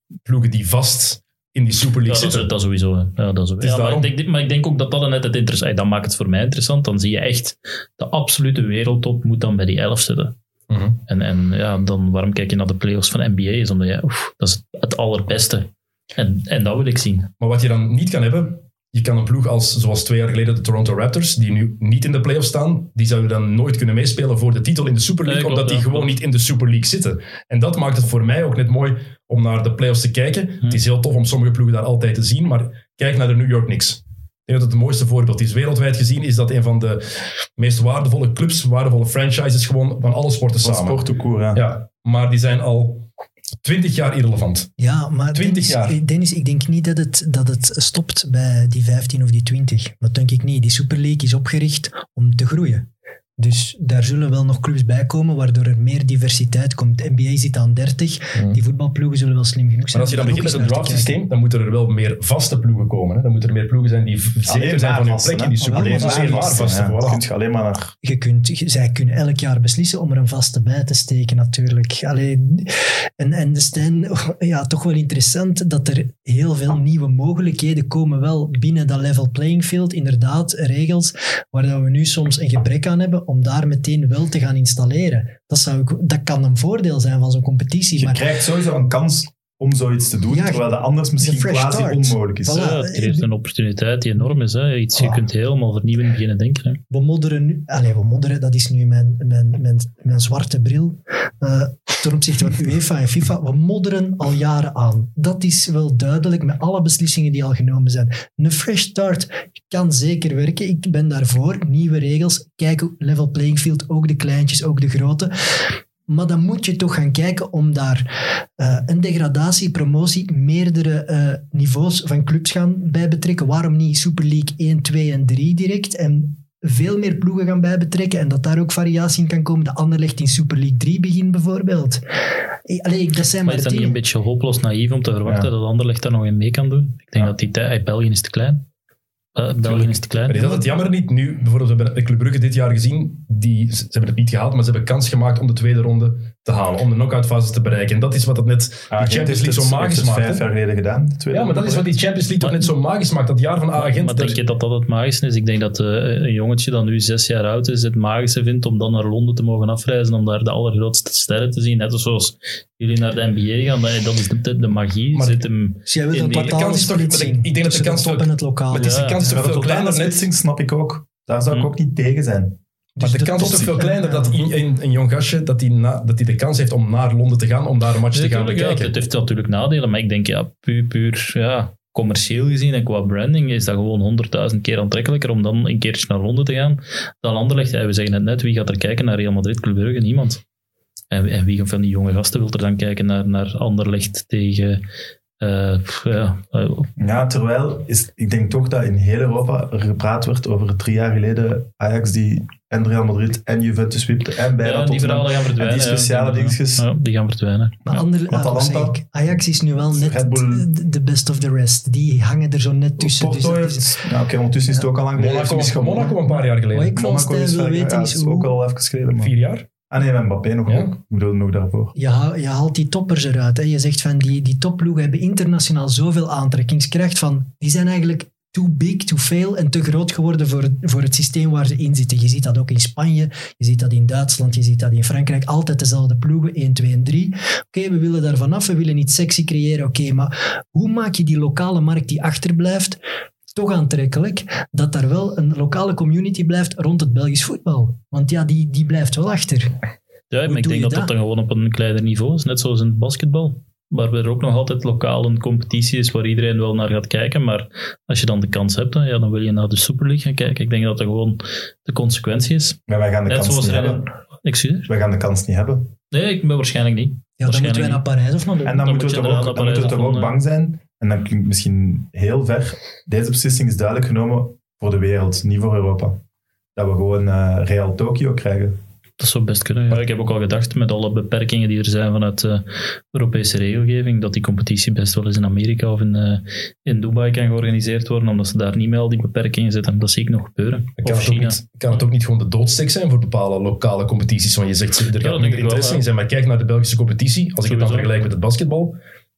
ploegen die vast in die Super League Ja, dat, zitten. is, dat sowieso. hè. Ja, dat is, is ja, maar, daarom- ik denk, maar ik denk ook dat dat net het interessant... Dat maakt het voor mij interessant. Dan zie je echt de absolute wereldtop moet dan bij die elf zitten. Mhm. En, en ja, dan waarom kijk je naar de playoffs van N B A? Is omdat ja, oef, dat is het allerbeste. En, en dat wil ik zien. Maar wat je dan niet kan hebben, je kan een ploeg als, zoals twee jaar geleden de Toronto Raptors, die nu niet in de playoffs staan, die zouden dan nooit kunnen meespelen voor de titel in de Super League, Nee, klopt, omdat die ja, gewoon klopt. niet in de Super League zitten. En dat maakt het voor mij ook net mooi om naar de playoffs te kijken. Hm. Het is heel tof om sommige ploegen daar altijd te zien, maar kijk naar de New York Knicks. Ik denk dat het het mooiste voorbeeld is. Wereldwijd gezien is dat een van de meest waardevolle clubs, waardevolle franchises gewoon van alle sporten Van samen. sport tout court, ja. Ja, maar die zijn al twintig jaar irrelevant. Ja, maar twintig Dennis, jaar. Dennis, ik denk niet dat het, dat het stopt bij die vijftien of die twintig. Dat denk ik niet. Die Super League is opgericht om te groeien. Dus daar zullen wel nog clubs bij komen, waardoor er meer diversiteit komt. De N B A zit aan dertig. Mhm. Die voetbalploegen zullen wel slim genoeg Maar zijn. als je dan om begint daar met een ook eens naar te draftsysteem, dan moeten er wel meer vaste ploegen komen. Hè? Dan moeten er meer ploegen zijn die v- zeker zijn van hun plek in die Super Alleen League. maar Alleen maar vaste, vaste, ja. voilà. Dan kun je alleen maar naar... kijken. Je kunt, je- zij kunnen elk jaar beslissen om er een vaste bij te steken, natuurlijk. Allee, en, en Stijn, ja, toch wel interessant dat er heel veel nieuwe mogelijkheden komen wel binnen dat level playing field. Inderdaad, regels waar dat we nu soms een gebrek aan hebben om daar meteen wel te gaan installeren. Dat, zou ik, dat kan een voordeel zijn van zo'n competitie. Je Maar krijgt sowieso een kans om zoiets te doen, Ja, terwijl dat anders misschien fresh quasi start. onmogelijk is. Voilà. Ja, het creëert een opportuniteit die enorm is. Hè. Iets, je Ah. kunt helemaal vernieuwend beginnen denken. Hè. we modderen nu... Allee, we modderen, dat is nu mijn, mijn, mijn, mijn zwarte bril. Uh, ten opzichte van UEFA en FIFA. We modderen al jaren aan. Dat is wel duidelijk met alle beslissingen die al genomen zijn. Een fresh start kan zeker werken. Ik ben daarvoor. Nieuwe regels. Kijk, level playing field. Ook de kleintjes, ook de grote. Maar dan moet je toch gaan kijken om daar uh, een degradatie, promotie, meerdere uh, niveaus van clubs gaan bij betrekken. Waarom niet Super League één, twee en drie direct? En veel meer ploegen gaan bij betrekken en dat daar ook variatie in kan komen. De Anderlecht in Super League drie begint bijvoorbeeld. Allee, dat zijn Maar maar is dat niet dingen. een beetje hopeloos naïef om te verwachten Ja. dat Anderlecht daar nog in mee kan doen? Ik denk Ja. dat die tijd... België is te klein. Uh, België is te klein. Maar is dat het jammer niet? Nu, bijvoorbeeld, we hebben de Club Brugge dit jaar gezien. Die, ze hebben het niet gehaald, maar ze hebben kans gemaakt om de tweede ronde te halen. Om de knock-out fase te bereiken. En dat is wat het net die Agent Champions heeft League het- zo magisch heeft het maakt. vijf hè? jaar geleden gedaan. de tweede Ja, maar dat is wat die Champions League toch net zo magisch maakt. Dat jaar van Maar, Agent. maar denk je dat dat het magische is? Ik denk dat uh, een jongetje dat nu zes jaar oud is, het magische vindt om dan naar Londen te mogen afreizen, om daar de allergrootste sterren te zien. Net zoals jullie naar de N B A gaan. Dat, dat is de, de magie. Maar- zit hem Dus jij wil in een die- totale de kans is toch- splitsing ik denk dat de tussen kans top toch- en het lokaal. Maar het is de Ja, kans is toch Maar de veel totale kleiner net. splitsing snap ik ook. Daar zou ik Hm. ook niet tegen zijn. Maar Dus de de kans is toch top- veel kleiner dat een, een, een jong gastje dat hij na, dat die de kans heeft om naar Londen te gaan, om daar een match te gaan Natuurlijk, ja, bekijken. het heeft natuurlijk nadelen, maar ik denk ja, puur, puur ja, commercieel gezien en qua branding is dat gewoon honderdduizend keer aantrekkelijker om dan een keertje naar Londen te gaan dan Anderlecht. Ja, we zeggen het net, wie gaat er kijken naar Real Madrid, Club Brugge? Niemand. En, en wie van die jonge gasten wil er dan kijken naar, naar Anderlecht tegen... Uh, ja, uh, Ja, terwijl is, ik denk toch dat in heel Europa er gepraat werd over drie jaar geleden Ajax die en Real Madrid en Juventus wipte en bij ja, dat die verhalen gaan verdwijnen. en die speciale ja, die, dingetjes. Ja, die gaan verdwijnen. Maar Ja. andere, ah, Atalanta. zeg ik, Ajax is nu wel net Red Bull. de- de best of the rest. Die hangen er zo net tussen. Porto dus dat is- heeft... Ja, oké, ondertussen is het ook al lang geleden. Monaco, Heeft hij Monaco gewonnen. een paar jaar Wat geleden. ik van Monaco Stijn is, wil ja, weten ja, is is ook hoe... al even geleden. Maar. Vier jaar. Ah nee, met Mbappé nog Ja. ook. Ik bedoel nog daarvoor. Je, haal- je haalt die toppers eruit. Hè. Je zegt van die, die topploegen hebben internationaal zoveel aantrekkingskracht van die zijn eigenlijk too big, too fail en te groot geworden voor, voor het systeem waar ze in zitten. Je ziet dat ook in Spanje, je ziet dat in Duitsland, je ziet dat in Frankrijk. Altijd dezelfde ploegen, één, twee en drie. Oké, we willen daar vanaf, we willen iets sexy creëren. Oké, maar hoe maak je die lokale markt die achterblijft toch aantrekkelijk, dat daar wel een lokale community blijft rond het Belgisch voetbal? Want ja, die, die blijft wel achter. Ja, maar ik doe denk je dat dat? dat dan gewoon op een kleiner niveau is, net zoals in het basketbal. Waar er ook nog altijd lokaal een competitie is waar iedereen wel naar gaat kijken. Maar als je dan de kans hebt, dan, ja, dan wil je naar de Super League gaan kijken. Ik denk dat dat gewoon de consequentie is. Maar wij gaan de Net kans zoals niet er hebben. Excuseer? Wij gaan de kans niet hebben. Nee, ik ben waarschijnlijk niet. Ja, dan moeten wij naar Parijs of naar de... En dan, Dan moeten we moet je toch ook, inderdaad dan moeten we naar toch ook Parijs bang zijn. En dan klinkt het misschien heel ver. Deze beslissing is duidelijk genomen voor de wereld, niet voor Europa. Dat we gewoon uh, Real Tokio krijgen. Dat zou best kunnen. Ja, ik heb ook al gedacht, met alle beperkingen die er zijn vanuit de uh, Europese regelgeving, dat die competitie best wel eens in Amerika of in, uh, in Dubai kan georganiseerd worden, omdat ze daar niet met al die beperkingen zitten. Dat zie ik nog gebeuren. Kan Of het, ook China. niet, kan het ook niet gewoon de doodsteek zijn voor bepaalde lokale competities? Want je zegt, er dat gaat denk minder ik wel, interesse ja. in zijn. Maar kijk naar de Belgische competitie. Als ik het dan Sowieso. vergelijk met het basketbal.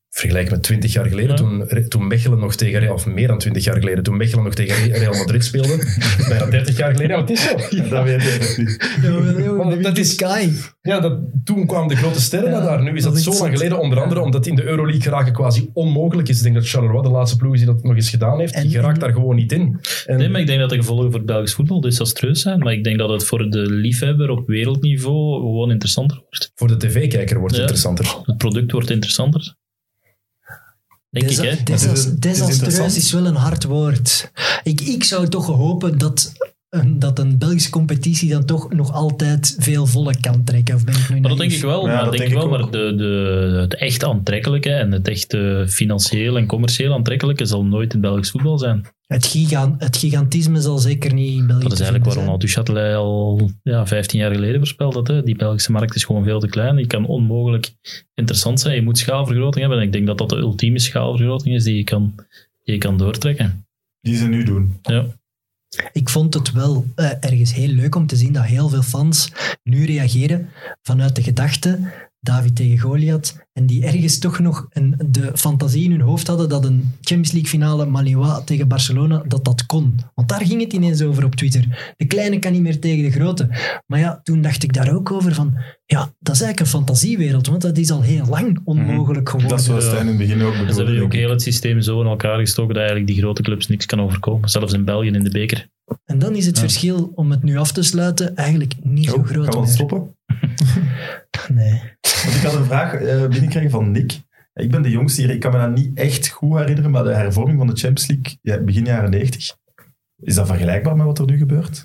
vergelijken met twintig jaar geleden, Ja. toen, toen Mechelen nog tegen Real, of meer dan twintig jaar geleden, toen Mechelen nog tegen Real Madrid speelde, bijna dertig jaar geleden, ja, het is zo. Ja, dat weet ik niet. Want dat is- Sky. Ja, dat, toen kwamen de grote sterren Ja, naar daar. Nu is dat dat is zo echt lang zot. geleden, onder andere omdat in de Euroleague geraken quasi onmogelijk is. Ik denk dat Charleroi de laatste ploeg is die dat nog eens gedaan heeft. En- Die geraakt daar gewoon niet in. En, Nee, maar ik denk dat de gevolgen voor het Belgisch voetbal desastreus zijn. Maar ik denk dat het voor de liefhebber op wereldniveau gewoon interessanter wordt. voor de tv-kijker wordt het Ja. interessanter. Het product wordt interessanter. Denk Desa- ik, hè? desas- Het is- het is desastreus interessant. is wel een hard woord. Ik, ik zou toch hopen dat, een- dat een Belgische competitie dan toch nog altijd veel volk kan trekken. Of ben ik nu Maar dat naïef? denk ik wel. Ja, maar dat denk denk ik wel, ik maar ook. de, de, het echt aantrekkelijke en het echt eh, financieel en commercieel aantrekkelijke zal nooit het Belgisch voetbal zijn. Het, giga, het gigantisme zal zeker niet in België Dat is te eigenlijk waar vinden Ronald Duchâtelet al ja, vijftien jaar geleden voorspeld had. Hè. Die Belgische markt is gewoon veel te klein. Die kan onmogelijk interessant zijn. Je moet schaalvergroting hebben. En ik denk dat dat de ultieme schaalvergroting is die je kan, die je kan doortrekken. Die ze nu doen. Ja. zijn. Ik vond het wel eh, ergens heel leuk om te zien dat heel veel fans nu reageren vanuit de gedachte David tegen Goliath en die ergens toch nog een, de fantasie in hun hoofd hadden dat een Champions League finale Malinois tegen Barcelona, dat dat kon. Want daar ging het ineens over op Twitter. De kleine kan niet meer tegen de grote. Maar ja, toen dacht ik daar ook over van, ja, dat is eigenlijk een fantasiewereld, want dat is al heel lang onmogelijk geworden. Dat is zoals Ja. Stijn in het begin ook En ze bedoelde. hebben ook denk ik. heel het systeem zo in elkaar gestoken dat eigenlijk die grote clubs niks kan overkomen. Zelfs in België in de beker. En dan is het Ja. verschil om het nu af te sluiten eigenlijk niet zo Oh, groot gaan we meer. ons stoppen? Nee. Want ik had een vraag eh, binnengekregen van Nick. Ik ben de jongste hier. Ik kan me dat niet echt goed herinneren, maar de hervorming van de Champions League ja, begin jaren negentig. Is dat vergelijkbaar met wat er nu gebeurt?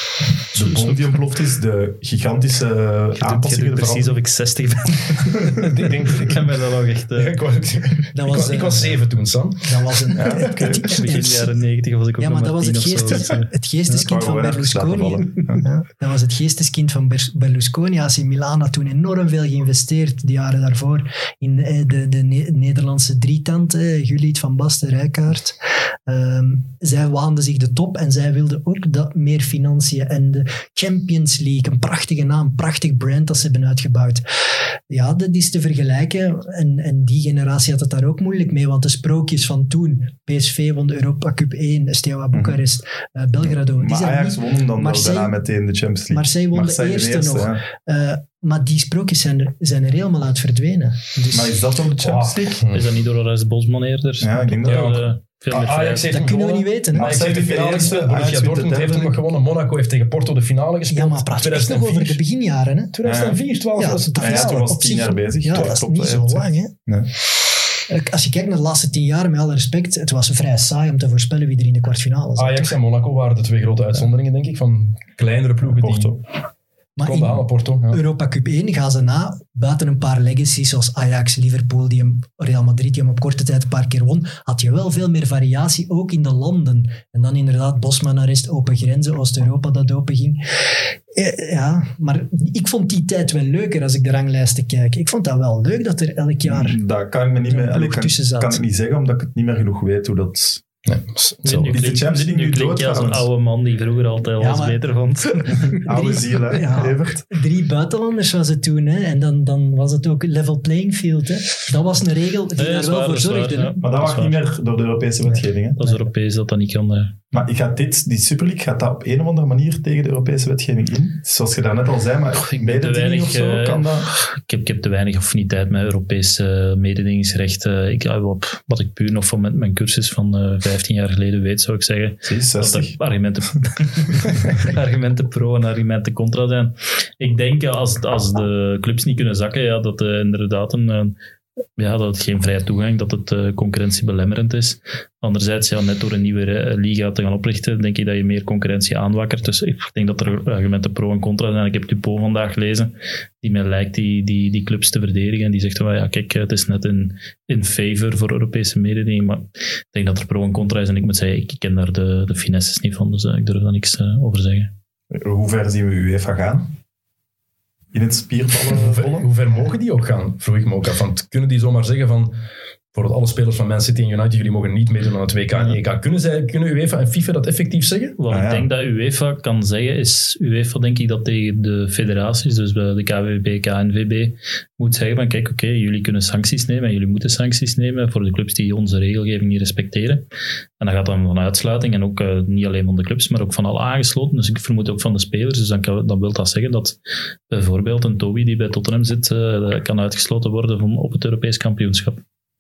De bom die ontploft is, de gigantische Je aanpassingen. doet de precies of ik zestig ben. ik denk, Ik kan mij dat nog echt... eh, ik, was, ik, Dat was, was, ik eh, was zeven toen, Sam. Dat was een... Ja, oké. begin jaren negentig was ik ook Ja, nog maar dat was tien het, of zo, geestes, dus, eh, het geesteskind Ik van wou gewoon even slapen Berlusconi. vallen. Ja. Ja, dat was het geesteskind van Ber- Berlusconi. A C Milan had toen enorm veel geïnvesteerd, de jaren daarvoor, in eh, de, de Ne- Nederlandse drietand, eh, Gullit, Van Basten, Rijkaard. Ehm, zij waanden zich de top en zij wilden ook dat meer financiën. En de Champions League, een prachtige naam, een prachtig brand dat ze hebben uitgebouwd. Ja, dat is te vergelijken. En, en die generatie had het daar ook moeilijk mee, want de sprookjes van toen, P S V won de Europa Cup één, Steaua Boekarest, eh, Belgrado, die Maar zijn Ajax niet... won hem dan wel Marseille- daarna meteen de Champions League. Marseille won de Marseille eerste nog. ja. Eh, maar die sprookjes zijn er, zijn er helemaal uit verdwenen. Dus Maar is dat dan de Champions League? Is dat niet door Horace Bosman eerder? Ja, ik denk dat Ja, ook. eh, veel meer Ajax vrijheid. heeft dat hem kunnen we gewonnen. niet weten. Hè? Ajax heeft de finale Ajax gespeeld. wint de Borussia derde, Dortmund heeft hem nog gewonnen. Monaco heeft tegen Porto de finale gespeeld. Ja, maar praat je echt nog over de tweeduizend vier. beginjaren. Hè? tweeduizend vier, twaalf Ja, was het de dat Ja, is toen finale. was op tien zich- jaar bezig. Ja, Ja, dat is klopt, niet ja, zo ja. lang. Hè? Nee. Als je kijkt naar de laatste tien jaar, met alle respect, het was vrij saai om te voorspellen wie er in de kwartfinale zat. Ajax en Monaco waren de twee grote uitzonderingen, denk ik, van kleinere ploegen Porto. die Maar konden in halen. Porto, ja. Europa Cup één gaan ze na, buiten een paar legacies zoals Ajax, Liverpool, die hem, Real Madrid, die hem op korte tijd een paar keer won, had je wel veel meer variatie, ook in de landen. En dan inderdaad Bosman-arrest, open grenzen, Oost-Europa dat open ging. Eh, Ja, maar ik vond die tijd wel leuker als ik de ranglijsten kijk. Ik vond dat wel leuk dat er elk jaar... Dat kan ik me niet een meer... ploeg allee, kan, tussen zat. kan ik niet zeggen, omdat ik het niet meer genoeg weet hoe dat... Nee, s- Nu, zo. nu, Is de klinkt- Champions League nu nu klink dood je als een trouwens? oude man die vroeger altijd Ja, alles maar- beter vond. Oude ziel, hè, Ja. Evert? Drie buitenlanders was het toen, hè? En dan, dan was het ook level playing field. Hè? Dat was een regel die Nee, daar dat is wel waar, voor dat is waar, zorgde. ja. hè. Maar dat Dat mag is niet meer door de Europese wetgeving. Hè? Dat is Europees dat dat niet kan. eh. Maar ik ga dit, die Super League, gaat dat op een of andere manier tegen de Europese wetgeving in? Zoals je daarnet al zei, maar ik ben mededinging te weinig, of zo, eh, kan dat... Ik heb, ik heb te weinig affiniteit met Europees uh, mededingingsrecht. Uh, ik, uh, op, wat ik puur nog van met mijn cursus van uh, vijftien jaar geleden weet, zou ik zeggen. Zie, Dat zestig. er argumenten, argumenten pro en argumenten contra zijn. Ik denk, ja, als, als de clubs niet kunnen zakken, ja, dat uh, inderdaad een... Uh, ja, dat het geen vrije toegang, dat het uh, concurrentiebelemmerend is. Anderzijds, ja, net door een nieuwe uh, liga te gaan oprichten, denk ik dat je meer concurrentie aanwakkert. Dus ik denk dat er argumenten pro en contra zijn. Ik heb Dupont vandaag gelezen, die mij lijkt die, die, die clubs te verdedigen. En die zegt, well, ja, kijk, het is net in, in favor voor Europese mededinging. Maar ik denk dat er pro en contra is. En ik moet zeggen, ik ken daar de, de finesses niet van. Dus uh, ik durf daar niks uh, over zeggen. Hoe ver zien we UEFA gaan? In het spierballen Hoe ver, rollen? hoe ver mogen die ook gaan, vroeg ik me ook af. Want kunnen die zomaar zeggen van Bijvoorbeeld alle spelers van Man City en United, jullie mogen niet meedoen aan het W K en E K. Kunnen, zij, kunnen UEFA en FIFA dat effectief zeggen? Wat Ah, ik ja. denk dat UEFA kan zeggen is, UEFA denk ik dat tegen de federaties, dus bij de K V B, K N V B, moet zeggen van kijk, oké, okay, jullie kunnen sancties nemen en jullie moeten sancties nemen voor de clubs die onze regelgeving niet respecteren. En dat gaat dan van uitsluiting en ook uh, niet alleen van de clubs, maar ook van alle aangesloten. Dus ik vermoed ook van de spelers. Dus dan, kan, dan wil dat zeggen dat bijvoorbeeld een Toby die bij Tottenham zit, uh, kan uitgesloten worden van, op het Europees kampioenschap.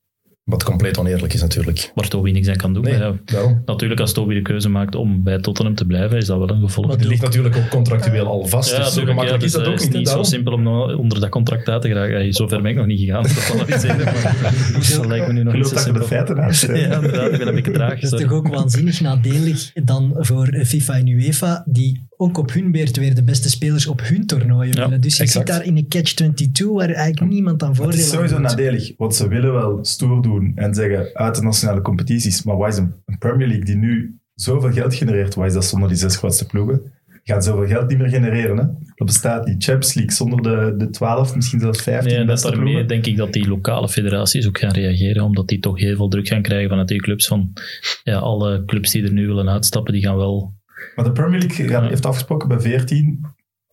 Wat compleet oneerlijk is natuurlijk. Waar Toby niks aan kan doen. Nee, ja. daarom. Natuurlijk, als Toby de keuze maakt om bij Tottenham te blijven, is dat wel een gevolg. Maar het ligt natuurlijk ook contractueel al vast. Ja, dus zo gemakkelijk ja, is dat ook het niet. is niet zo simpel om nou onder dat contract uit te geraken. Ja, zover ben ik nog niet gegaan. Dat zal wel iets zijn, maar dat lijkt me nu nog niet Geloof zo dat je de simpel. feiten naast hebt. Ja, inderdaad. Ik ben een beetje traag. Dat is sorry. toch ook waanzinnig nadelig dan voor FIFA en UEFA, die ook op hun beurt weer de beste spelers op hun toernooien Ja, willen. Dus je exact. zit daar in een catch tweeëntwintig waar eigenlijk niemand aan Maar voordeel het is sowieso aan doet. nadelig, want ze willen wel stoer doen en zeggen uit de nationale competities, maar wat is een, een Premier League die nu zoveel geld genereert, wat is dat zonder die zes grootste ploegen? Je gaat zoveel geld niet meer genereren. Hè? Dat bestaat niet. Champions League zonder de, de twaalf, misschien zelfs vijftien Nee, en dat beste daarmee ploegen. denk ik dat die lokale federaties ook gaan reageren, omdat die toch heel veel druk gaan krijgen vanuit die clubs. Van ja, alle clubs die er nu willen uitstappen, die gaan wel... Maar de Premier League ja, Ja. heeft afgesproken bij veertien.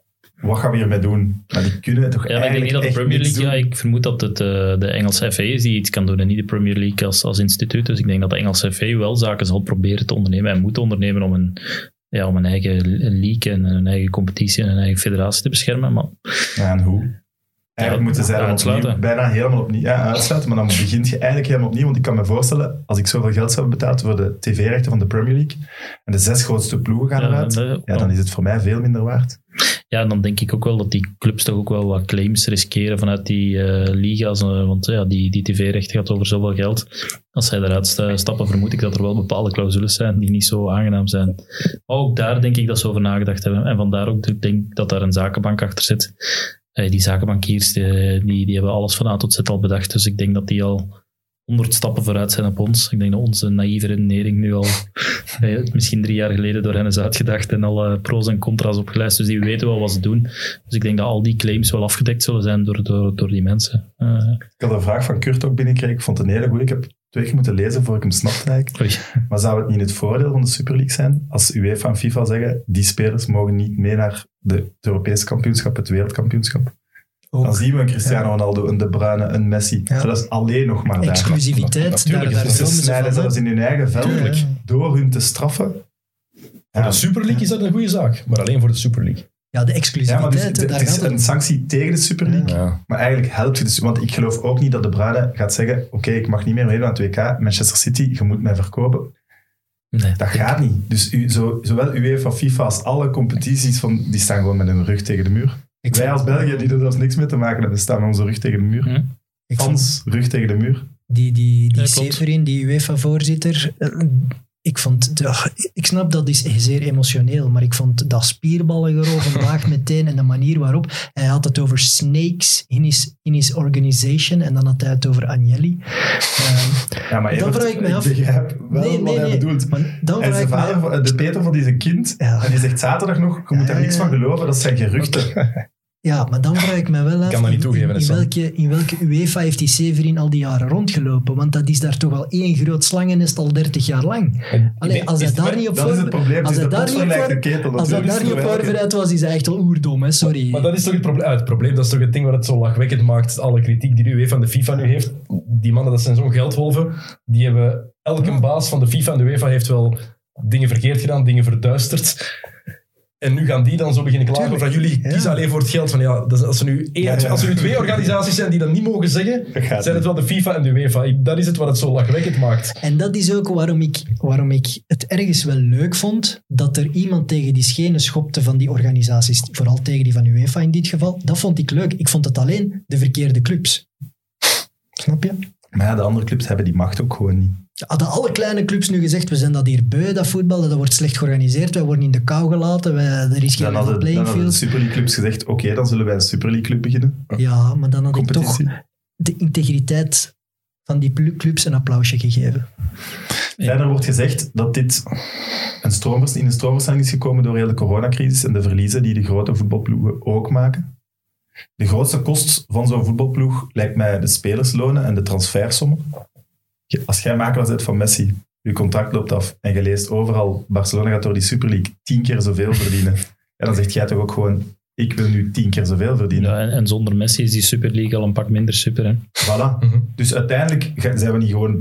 Wat gaan we hiermee doen? Maar die kunnen toch Ja, maar ik denk eigenlijk niet dat de echt Premier niets League... Ja, doen. ik vermoed dat het uh, de Engelse F A is die iets kan doen en niet de Premier League als, als instituut. Dus ik denk dat de Engelse F A wel zaken zal proberen te ondernemen en moet ondernemen om een, ja, om een eigen league en een eigen competitie en een eigen federatie te beschermen. Maar Ja, en hoe? Eigenlijk moeten zij dan uitsluiten. opnieuw, bijna helemaal opnieuw ja, uitsluiten, maar dan begint je eigenlijk helemaal opnieuw, want ik kan me voorstellen, als ik zoveel geld zou betalen voor de tv-rechten van de Premier League en de zes grootste ploegen gaan Ja, eruit, nee, ja, dan is het voor mij veel minder waard. ja, dan denk ik ook wel dat die clubs toch ook wel wat claims riskeren vanuit die uh, liga's. Uh, want ja, die, die tv-rechten gaat over zoveel geld. Als zij eruit sta- stappen, vermoed ik dat er wel bepaalde clausules zijn die niet zo aangenaam zijn. Maar ook daar denk ik dat ze over nagedacht hebben. En vandaar ook denk ik dat daar een zakenbank achter zit. Uh, die zakenbankiers, die, die, die hebben alles van A tot Z al bedacht. Dus ik denk dat die al honderd stappen vooruit zijn op ons. Ik denk dat onze naïeve redenering nu al eh, misschien drie jaar geleden door hen is uitgedacht en alle pro's en contra's opgelijst. Dus die weten wel wat ze doen. Dus ik denk dat al die claims wel afgedekt zullen zijn door, door, door die mensen. Uh, Ik had een vraag van Kurt ook binnengekregen, ik vond het een hele goeie. Ik heb twee keer moeten lezen voor ik hem snapte eigenlijk. oei. Maar zou het niet het voordeel van de Super League zijn als UEFA en FIFA zeggen, die spelers mogen niet mee naar de, het Europese kampioenschap, het wereldkampioenschap? Ook Dan zien we een Cristiano Ronaldo, een De Bruyne, een Messi. Ja. Zelfs alleen nog maar daar. exclusiviteit, Natuurlijk, daar, daar Dus ze filmen ze snijden van, hè. zelfs in hun eigen vel Tuurlijk. door hun te straffen. Voor Ja. de Super League is dat een goede zaak, maar alleen voor de Super League. Ja, de Ja, maar dus, exclusiviteit, het, daar het is gaat het een om. sanctie tegen de Super League. Ja. Maar eigenlijk helpt je dus. Want ik geloof ook niet dat De Bruyne gaat zeggen, oké, okay, ik mag niet meer meedoen aan het W K. Manchester City, je moet mij verkopen. Nee, Dat gaat niet. Dus u, zo, zowel UEFA, FIFA als alle competities, van, die staan gewoon met hun rug tegen de muur. Ik Wij vond- als België, die er zelfs niks mee te maken hebben, staan met onze rug tegen de muur. Hm. ik vond Fans, rug tegen de muur. die, die, die Ja, klopt. Severin, die UEFA-voorzitter, eh, ik vond, ach, ik snap dat is zeer emotioneel, maar ik vond dat spierballen vandaag meteen en de manier waarop, hij had het over snakes in his, in his organization en dan had hij het over Agnelli. Ehm, Ja, maar Dan Evert, vraag ik me af- begrijp wel nee, wat nee, hij nee. bedoelt. Maar dan En vraag zijn ik me vader, af- van- de Peter van die zijn kind, Ja. en die zegt zaterdag nog, je moet daar Ja, niks ja. van geloven, dat zijn geruchten. Ja, maar dan vraag ik me wel af, kan dat niet in, toegeven, in, hè, in Sam. welke, in welke UEFA heeft die Severin al die jaren rondgelopen? Want dat is daar toch al één groot slangennest al dertig jaar lang. Allee, als hij Is- daar niet op Dat is het voor- probleem, het als is hij de daar niet op potvergelijkte voor- ketel. als hij natuurlijk daar niet op verwerken. voorbereid was, is hij echt al oerdom, hè? Sorry. Maar dat is toch het probleem? Ah, het probleem, dat is toch het ding wat het zo lachwekkend maakt. Alle kritiek die de UEFA en de FIFA nu heeft. Die mannen, dat zijn zo'n geldwolven. Die hebben, elke baas van de FIFA en de UEFA heeft wel dingen verkeerd gedaan, dingen verduisterd. En nu gaan die dan zo beginnen klagen Tuurlijk, van jullie ja. kiezen alleen voor het geld. Van, ja, dat is- als, er nu één, Ja, ja. als er nu twee organisaties zijn die dat niet mogen zeggen, Dat gaat zijn het wel de FIFA en de UEFA. Dat is het wat het zo lachwekkend maakt. En dat is ook waarom ik, waarom ik het ergens wel leuk vond dat er iemand tegen die schenen schopte van die organisaties, vooral tegen die van UEFA in dit geval. Dat vond ik leuk. Ik vond het alleen de verkeerde clubs. Snap je? Maar ja, de andere clubs hebben die macht ook gewoon niet. Hadden alle kleine clubs nu gezegd, we zijn dat hier beu, dat voetbal, dat wordt slecht georganiseerd, wij worden in de kou gelaten, wij, er is geen Dan level hadden, dan playing hadden de field. Super League clubs gezegd, oké, dan zullen wij een Super League club beginnen. Ja, maar dan had ik toch Competitie. de integriteit van die plu- clubs een applausje gegeven. Verder wordt gezegd dat dit een stroomvers- in een stroomversnelling is gekomen door heel de coronacrisis en de verliezen die de grote voetbalploegen ook maken. De grootste kost van zo'n voetbalploeg lijkt mij de spelerslonen en de transfersommen. Als jij makelaar bent van Messi, je contract loopt af en je leest overal, Barcelona gaat door die Super League tien keer zoveel verdienen. En dan zeg jij toch ook gewoon, ik wil nu tien keer zoveel verdienen. Ja, en, en zonder Messi is die Super League al een pak minder super. Hè? Voilà. Mm-hmm. Dus uiteindelijk zijn we niet gewoon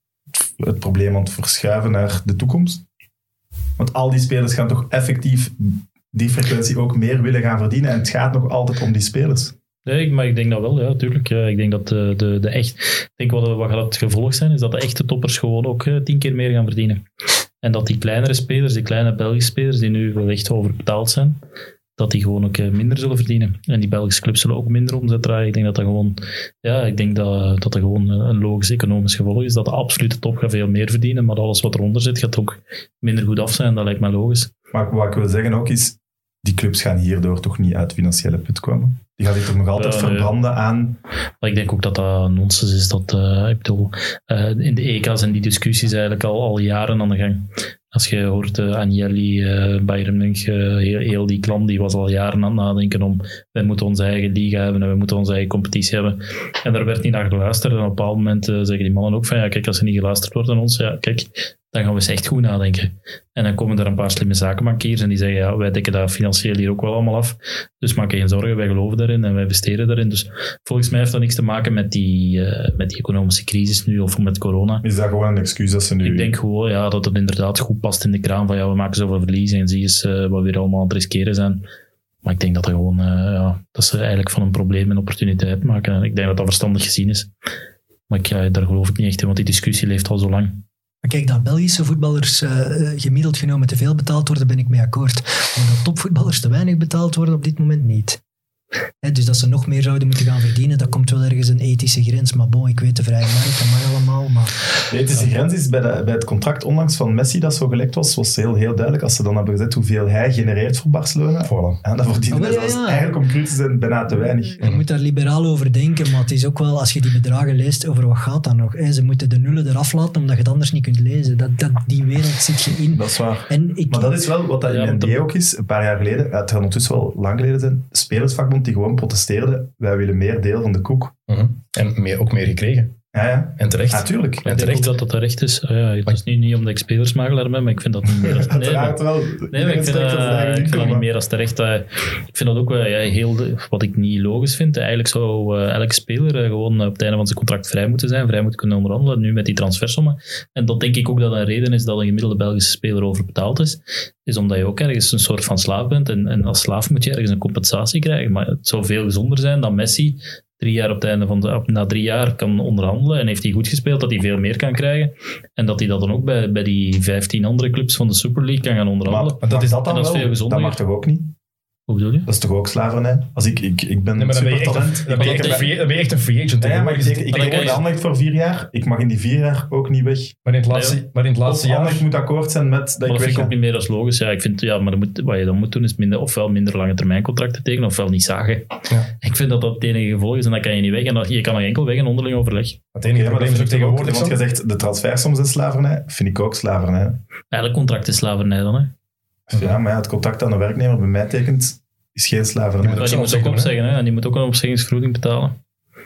het probleem aan het verschuiven naar de toekomst. Want al die spelers gaan toch effectief die frequentie ook meer willen gaan verdienen. En het gaat nog altijd om die spelers. Nee, maar ik denk dat wel, ja, tuurlijk. Ja, ik denk dat de, de, de echt... Ik denk wat, wat gaat het gevolg zijn, is dat de echte toppers gewoon ook uh, tien keer meer gaan verdienen. En dat die kleinere spelers, die kleine Belgische spelers, die nu wel echt overbetaald zijn, dat die gewoon ook uh, minder zullen verdienen. En die Belgische clubs zullen ook minder omzet draaien. Ik denk dat dat gewoon... Ja, ik denk dat, dat dat gewoon een logisch economisch gevolg is. Dat de absolute top gaat veel meer verdienen, maar alles wat eronder zit gaat ook minder goed af zijn. Dat lijkt mij logisch. Maar wat ik wil zeggen ook is, die clubs gaan hierdoor toch niet uit financiële put komen. Die gaan zich toch nog altijd ja, verbranden nee. aan... Maar ik denk ook dat dat nonsens is. Dat, uh, ik bedoel, uh, in de E K zijn die discussies eigenlijk al, al jaren aan de gang. Als je hoort, uh, Agnelli, uh, Bayern München, uh, heel, heel die klant, die was al jaren aan het nadenken om, wij moeten onze eigen liga hebben en wij moeten onze eigen competitie hebben. En daar werd niet naar geluisterd. En op een bepaald moment uh, zeggen die mannen ook van, ja, kijk, als er niet geluisterd wordt aan ons, ja, kijk, dan gaan we eens echt goed nadenken. En dan komen er een paar slimme zakenbankiers en die zeggen, ja, wij dekken dat financieel hier ook wel allemaal af. Dus maak je geen zorgen, wij geloven daarin en wij investeren daarin. Dus volgens mij heeft dat niks te maken met die, uh, met die economische crisis nu of met corona. Is dat gewoon een excuus dat ze nu... Ik denk gewoon ja, dat het inderdaad goed past in de kraan van ja, we maken zoveel verliezen en zie eens uh, wat we hier allemaal aan het riskeren zijn. Maar ik denk dat, dat, gewoon, uh, ja, dat ze eigenlijk van een probleem een opportuniteit maken. En ik denk dat dat verstandig gezien is. Maar ik, ja, daar geloof ik niet echt in, want die discussie leeft al zo lang. Maar kijk, dat Belgische voetballers uh, gemiddeld genomen te veel betaald worden, ben ik mee akkoord. Maar dat topvoetballers te weinig betaald worden, op dit moment niet. He, dus dat ze nog meer zouden moeten gaan verdienen, dat komt wel ergens een ethische grens. Maar bon, ik weet de vrije markt, dat mag allemaal. Maar, de ethische ja. grens is bij, de, bij het contract onlangs van Messi dat zo gelekt was, was heel, heel duidelijk. Als ze dan hebben gezet hoeveel hij genereert voor Barcelona, voilà. en dat verdienen oh, ja, ja. Dus eigenlijk om cru te zijn bijna te weinig. Je moet daar liberaal over denken, maar het is ook wel, als je die bedragen leest, over wat gaat dat nog? He, ze moeten de nullen eraf laten, omdat je het anders niet kunt lezen. Dat, dat, die wereld zit je in. Dat is waar. En ik, maar dat is wel wat dat in de N B A ook is. Een paar jaar geleden, het gaat ondertussen wel lang geleden zijn, de spelersvakbond die gewoon protesteerde, wij willen meer deel van de koek. Mm-hmm. En meer, ook meer gekregen. Ja, ja. En terecht. Natuurlijk. Ja, ik denk ook dat dat terecht is. Uh, ja, het is nu niet omdat ik spelersmakelaar ben, maar ik vind dat niet meer als terecht. Nee, maar, wel. Nee, maar ik vind, uh, ik vind dat niet meer als terecht. Uh, ik vind dat ook uh, ja, heel, de, wat ik niet logisch vind. Eigenlijk zou uh, elke speler uh, gewoon uh, op het einde van zijn contract vrij moeten zijn, vrij moeten kunnen onderhandelen, nu met die transfersommen. En dat denk ik ook dat een reden is dat een gemiddelde Belgische speler overbetaald is. Is omdat je ook ergens een soort van slaaf bent. En, en als slaaf moet je ergens een compensatie krijgen. Maar het zou veel gezonder zijn dan Messi drie jaar op het einde van de, na drie jaar kan onderhandelen en heeft hij goed gespeeld, dat hij veel meer kan krijgen. En dat hij dat dan ook bij, bij die vijftien andere clubs van de Super League kan gaan onderhandelen. Maar dat is dat dan dat is wel? Veel gezonder. Dat mag toch ook niet? Hoe bedoel je? Dat is toch ook slavernij? Als ik, ik, ik ben nee, maar dan supertalent. Dan ben je echt een free, dan ben je echt een free agent. Ja, ja, maar ik, ik, ik heb een aanleg voor vier jaar. Ik mag in die vier jaar ook niet weg. Maar in het laatste, nee, maar in het laatste jaar... Of moet akkoord zijn met dat maar ik dat weg vind ik ook niet meer als logisch. Ja, ik vind, ja, maar moet, wat je dan moet doen is minder, ofwel minder lange termijn contracten tekenen, ofwel niet zagen. Ja. Ik vind dat dat het enige gevolg is en dan kan je niet weg. En dat, je kan nog enkel weg en onderling overleg. Het enige okay, probleem is ook tegenwoordig... Want je zegt, de transfersoms is slavernij. Vind ik ook slavernij. Eigenlijk contract is slavernij dan, hè? Ja, maar ja, het contract aan de werknemer bij mij tekent... is geen slavernij. Die moet, die moet ook opzeggen, hè? En die moet ook een opzeggingsvergoeding betalen.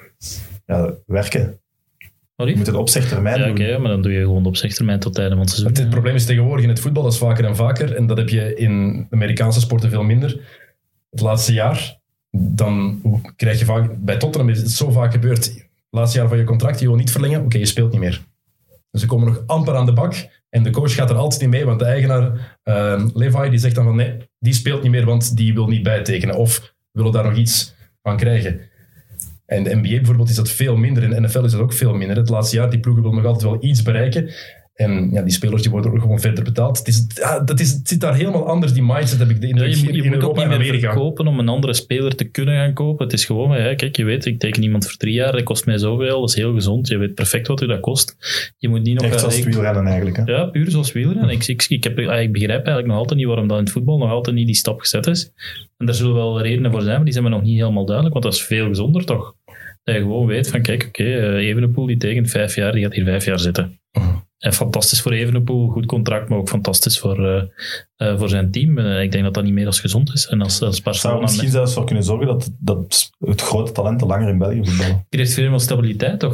Ja, werken. Sorry? Je moet een opzegtermijn ja, doen. Oké, okay, maar dan doe je gewoon de opzegtermijn tot het einde van het seizoen. Het, het probleem is tegenwoordig in het voetbal, dat is vaker en vaker. En dat heb je in de Amerikaanse sporten veel minder. Het laatste jaar, dan krijg je vaak... Bij Tottenham is het zo vaak gebeurd. Het laatste jaar van je contract, je wil niet verlengen. Oké, okay, je speelt niet meer. Dus ze komen nog amper aan de bak. En de coach gaat er altijd niet mee, want de eigenaar, uh, Levi, die zegt dan van nee, die speelt niet meer, want die wil niet bijtekenen. Of willen daar nog iets van krijgen. En de N B A bijvoorbeeld is dat veel minder. In de N F L is dat ook veel minder. Het laatste jaar, die ploegen willen nog altijd wel iets bereiken. En ja, die spelers die worden ook gewoon verder betaald. Het, is, ja, dat is, het zit daar helemaal anders, die mindset heb ik in, ja, je, in, je in moet Europa ook niet en meer Amerika. verkopen om een andere speler te kunnen gaan kopen. Het is gewoon, ja, kijk, je weet, ik teken iemand voor drie jaar, dat kost mij zoveel, dat is heel gezond. Je weet perfect wat u dat kost. Je moet niet nog... Echt zoals wielrennen eigenlijk. Hè? Ja, puur zoals wielrennen. Ik, ik, ik, heb, ik begrijp eigenlijk nog altijd niet waarom dat in het voetbal nog altijd niet die stap gezet is. En daar zullen wel redenen voor zijn, maar die zijn me nog niet helemaal duidelijk, want dat is veel gezonder toch? Dat je gewoon weet van, kijk, oké, okay, Evenepoel die tekent vijf jaar, die gaat hier vijf jaar zitten. Uh-huh. En fantastisch voor Evenepoel, goed contract, maar ook fantastisch voor, uh, uh, voor zijn team. Uh, ik denk dat dat niet meer als gezond is. En als, als Barcelona zou misschien zelfs voor kunnen zorgen dat, dat het grote talenten langer in België voetballen. Je krijgt veel meer stabiliteit, toch?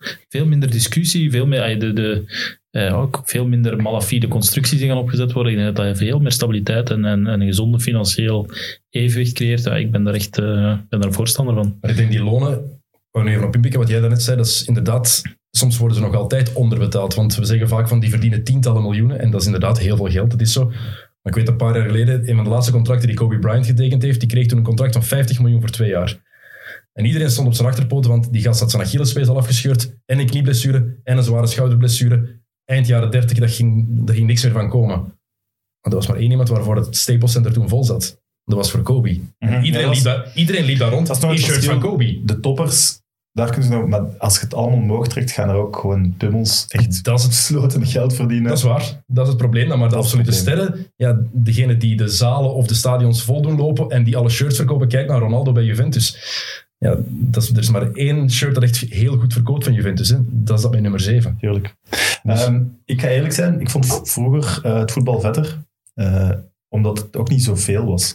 veel minder discussie, veel meer, de, de, eh, ook veel minder malafide constructies die gaan opgezet worden. Ik denk dat dat veel meer stabiliteit en, en, en een gezonde financieel evenwicht creëert. Ja, ik ben daar echt uh, ben daar voorstander van. Maar ik denk die lonen, ik wou nu even op inpikken wat jij daarnet zei, dat is inderdaad, soms worden ze nog altijd onderbetaald. Want we zeggen vaak van die verdienen tientallen miljoenen en dat is inderdaad heel veel geld, dat is zo. Maar ik weet een paar jaar geleden, een van de laatste contracten die Kobe Bryant getekend heeft, die kreeg toen een contract van vijftig miljoen voor twee jaar. En iedereen stond op zijn achterpoten, want die gast had zijn Achillespees al afgescheurd en een knieblessure en een zware schouderblessure. Eind jaren dertig, daar ging, daar ging niks meer van komen. Maar er was maar één iemand waarvoor het Staples Center toen vol zat. Dat was voor Kobe. Mm-hmm. Iedereen, nee, liep was, daar, iedereen liep daar rond, dat is nog t-shirts van Kobe. De toppers, daar kunnen ze nog, maar als je het allemaal omhoog trekt, gaan er ook gewoon pummels echt dat is het, sloten geld verdienen. Dat is waar, dat is het probleem. Maar de dat absolute sterren, ja, degene die de zalen of de stadions vol doen lopen en die alle shirts verkopen, kijk naar Ronaldo bij Juventus. Ja, dat is, er is maar één shirt dat echt heel goed verkoopt van Juventus. Hè. Dat is dat bij nummer zeven. Tuurlijk. Dus. Um, ik ga eerlijk zijn, ik vond vroeger uh, het voetbal vetter, uh, omdat het ook niet zoveel was.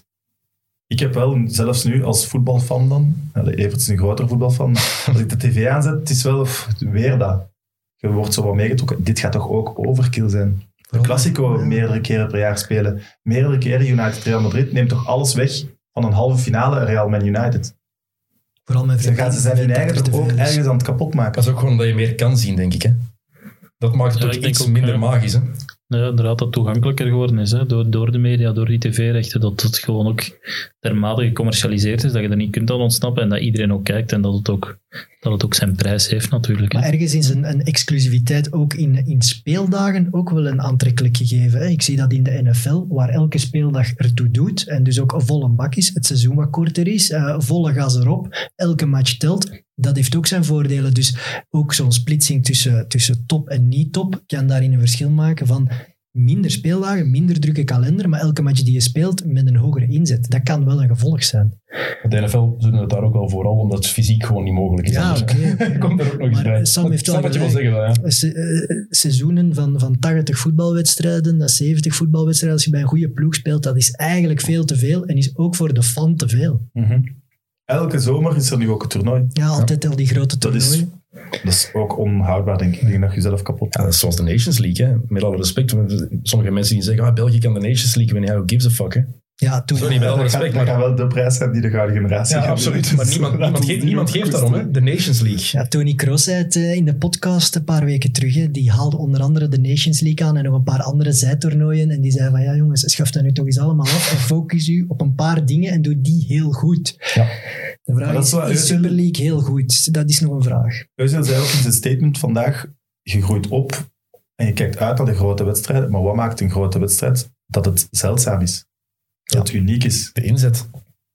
Ik heb wel, zelfs nu als voetbalfan dan, Evert is een grotere voetbalfan, als ik de tv aanzet, het is wel weer dat. Je wordt zo wat meegetrokken. Dit gaat toch ook overkill zijn. De Classico meerdere keren per jaar spelen. Meerdere keren United Real Madrid neemt toch alles weg van een halve finale Real Man United. Vooral met Ze gaan ze zijn hun eigen toch ook ergens aan het kapot maken. Dat is ook gewoon dat je meer kan zien, denk ik. Hè? Dat maakt het ja, ook iets ook, minder ja. magisch. Hè? Ja, inderdaad, dat het toegankelijker geworden is. Hè? Door, door de media, door die tv-rechten. Dat het gewoon ook dermate gecommercialiseerd is. Dat je er niet kunt aan ontsnappen. En dat iedereen ook kijkt. En dat het ook, dat het ook zijn prijs heeft natuurlijk. Hè? Maar ergens is een, een exclusiviteit ook in, in speeldagen ook wel een aantrekkelijk gegeven. Hè? Ik zie dat in de N F L, waar elke speeldag ertoe doet. En dus ook een volle bak is. Het seizoen wat korter is. Uh, volle gas erop. Elke match telt. Dat heeft ook zijn voordelen. Dus ook zo'n splitsing tussen, tussen top en niet-top kan daarin een verschil maken van minder speeldagen, minder drukke kalender, maar elke match die je speelt met een hogere inzet. Dat kan wel een gevolg zijn. De N F L doen het daar ook wel vooral, omdat het fysiek gewoon niet mogelijk is. Ja, oké. Okay. Komt er ook nog eens bij. Sam heeft wel wat je wil zeggen. Dan, ja. Se- seizoenen van, van tachtig voetbalwedstrijden, zeventig voetbalwedstrijden, als je bij een goede ploeg speelt, dat is eigenlijk veel te veel en is ook voor de fan te veel. Mm-hmm. Elke zomer is er nu ook een toernooi. Ja, altijd al die grote toernooien. Dat is, dat is ook onhoudbaar, denk ik. Ik denk dat je jezelf kapot ja, dat is zoals de Nations League. Hè. Met alle respect. Sommige mensen die zeggen, ah, België kan de Nations League winnen. Ja, who gives a fuck, hè? Ja, toen... Sorry, met alle respect. Maar dat gaat wel de prijs zijn die de gouden generatie ja, gaat absoluut. Maar niemand, niemand, geeft, niemand geeft daarom, hè. De Nations League. Ja, Tony Kroos zei het uh, in de podcast een paar weken terug. Hè. Die haalde onder andere de Nations League aan en nog een paar andere zijtoernooien. En die zei van, ja jongens, schaf dat nu toch eens allemaal af en focus u op een paar dingen en doe die heel goed. Ja. De vraag is, is, is Super League heel goed? Dat is nog een vraag. Özil zei ook in zijn statement vandaag, je groeit op en je kijkt uit naar de grote wedstrijden, maar wat maakt een grote wedstrijd? Dat het zeldzaam is. Dat het uniek is. De inzet.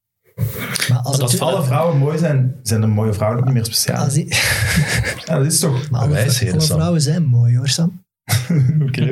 Maar als, als het, alle vrouwen mooi zijn, zijn de mooie vrouwen ook niet meer speciaal. Die... ja, dat is toch... Maar alle, alle vrouwen zijn mooi hoor, Sam. Oké.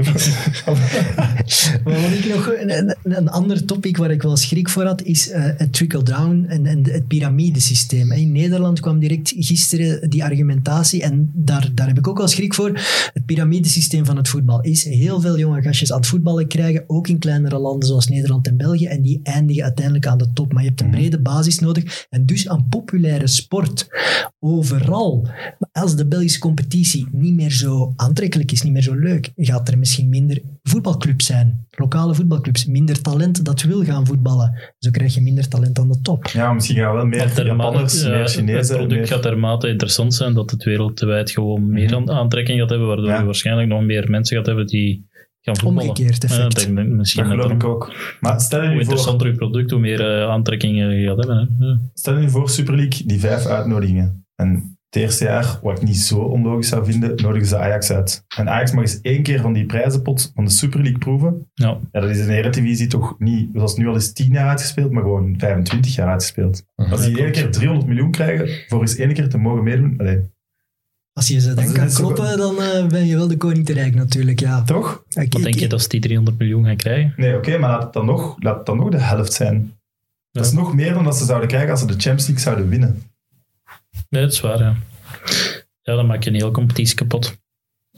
Maar wat ik nog, een, een, een ander topic waar ik wel schrik voor had, is uh, het trickle-down en, en het piramidesysteem. In Nederland kwam direct gisteren die argumentatie en daar, daar heb ik ook wel schrik voor. Het piramidesysteem van het voetbal is heel veel jonge gastjes aan het voetballen krijgen, ook in kleinere landen zoals Nederland en België, en die eindigen uiteindelijk aan de top. Maar je hebt een brede basis nodig en dus een populaire sport overal. Maar als de Belgische competitie niet meer zo aantrekkelijk is, niet meer zo leuk, gaat er misschien minder voetbalclubs zijn. Lokale voetbalclubs. Minder talent dat wil gaan voetballen. Zo krijg je minder talent aan de top. Ja, misschien gaan wel meer Japanners, meer Chinezen. Het product meer... gaat dermate interessant zijn dat het wereldwijd gewoon meer mm-hmm. aantrekking gaat hebben, waardoor ja. je waarschijnlijk nog meer mensen gaat hebben die gaan voetballen. Omgekeerd effect. Ja, denk, misschien dat geloof ik ook. Maar stel je hoe voor, interessanter je product, hoe meer uh, aantrekking je gaat hebben. Hè. Ja. Stel je voor Super League, die vijf uitnodigingen. En het eerste jaar, wat ik niet zo onlogisch zou vinden, nodigen ze Ajax uit. En Ajax mag eens één keer van die prijzenpot van de Super League proeven. Ja. Ja, dat is in de Eredivisie toch niet, zoals nu al eens tien jaar uitgespeeld, maar gewoon vijfentwintig jaar uitgespeeld. Uh-huh. Als die één keer driehonderd miljoen krijgen, voor eens één keer te mogen meedoen, allee. Als je ze dan kan kloppen, zo... dan uh, ben je wel de koning te rijk natuurlijk, ja. Toch? Okay, Wat denk je dat ze die driehonderd miljoen gaan krijgen? Nee, oké, okay, maar laat het, dan nog, laat het dan nog de helft zijn. Ja. Dat is nog meer dan dat ze zouden krijgen als ze de Champions League zouden winnen. Nee, dat is waar, ja. Ja, dan maak je een hele competitie kapot.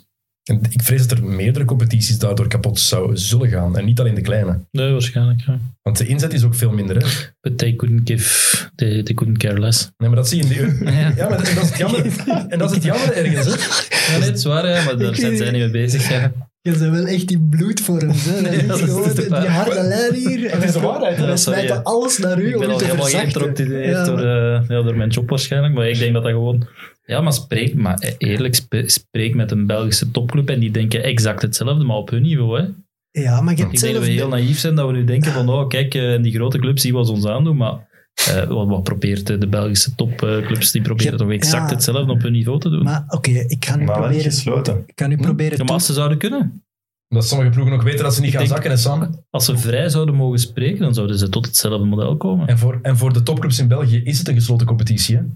En ik vrees dat er meerdere competities daardoor kapot zou, zullen gaan. En niet alleen de kleine. Nee, waarschijnlijk, ja. Want de inzet is ook veel minder. Hè? But they couldn't give... They, they couldn't care less. Nee, maar dat zie je in de... Ja. Ja, maar en dat is het jammer. En dat is het jammer ergens. Hè? Ja, nee, het is waar, ja, maar daar zijn zij niet mee bezig. Ja. Je bent wel echt die bloedvorms. Hè? Nee, dat is gewoon de die waar. harde lijn hier. Het is de waarheid. En Ja, we sorry, smijten ja. alles naar u Ik om ben u al te helemaal verzachten. geïnterrupteerd Ja, door, maar- uh, ja, door mijn job waarschijnlijk. Maar ik denk dat dat gewoon... Ja, maar spreek, maar eerlijk, sp- spreek met een Belgische topclub en die denken exact hetzelfde, maar op hun niveau. Hè. Ja, maar je hebt Ik denk dat we zelf... heel naïef zijn dat we nu denken van, oh kijk, uh, die grote clubs zien wat ze ons aandoen, maar uh, wat, wat probeert uh, de Belgische topclubs, die proberen Ja, toch exact ja. hetzelfde op hun niveau te doen. Maar oké, ik ga nu Maar wel proberen... gesloten. Ik ga nu proberen... Ja, maar als ze zouden kunnen, Omdat sommige ploegen nog weten dat ze niet Ik gaan denk- zakken. En, samen. als ze vrij zouden mogen spreken, dan zouden ze tot hetzelfde model komen. En, voor, en voor de topclubs in België is het een gesloten competitie. Hè?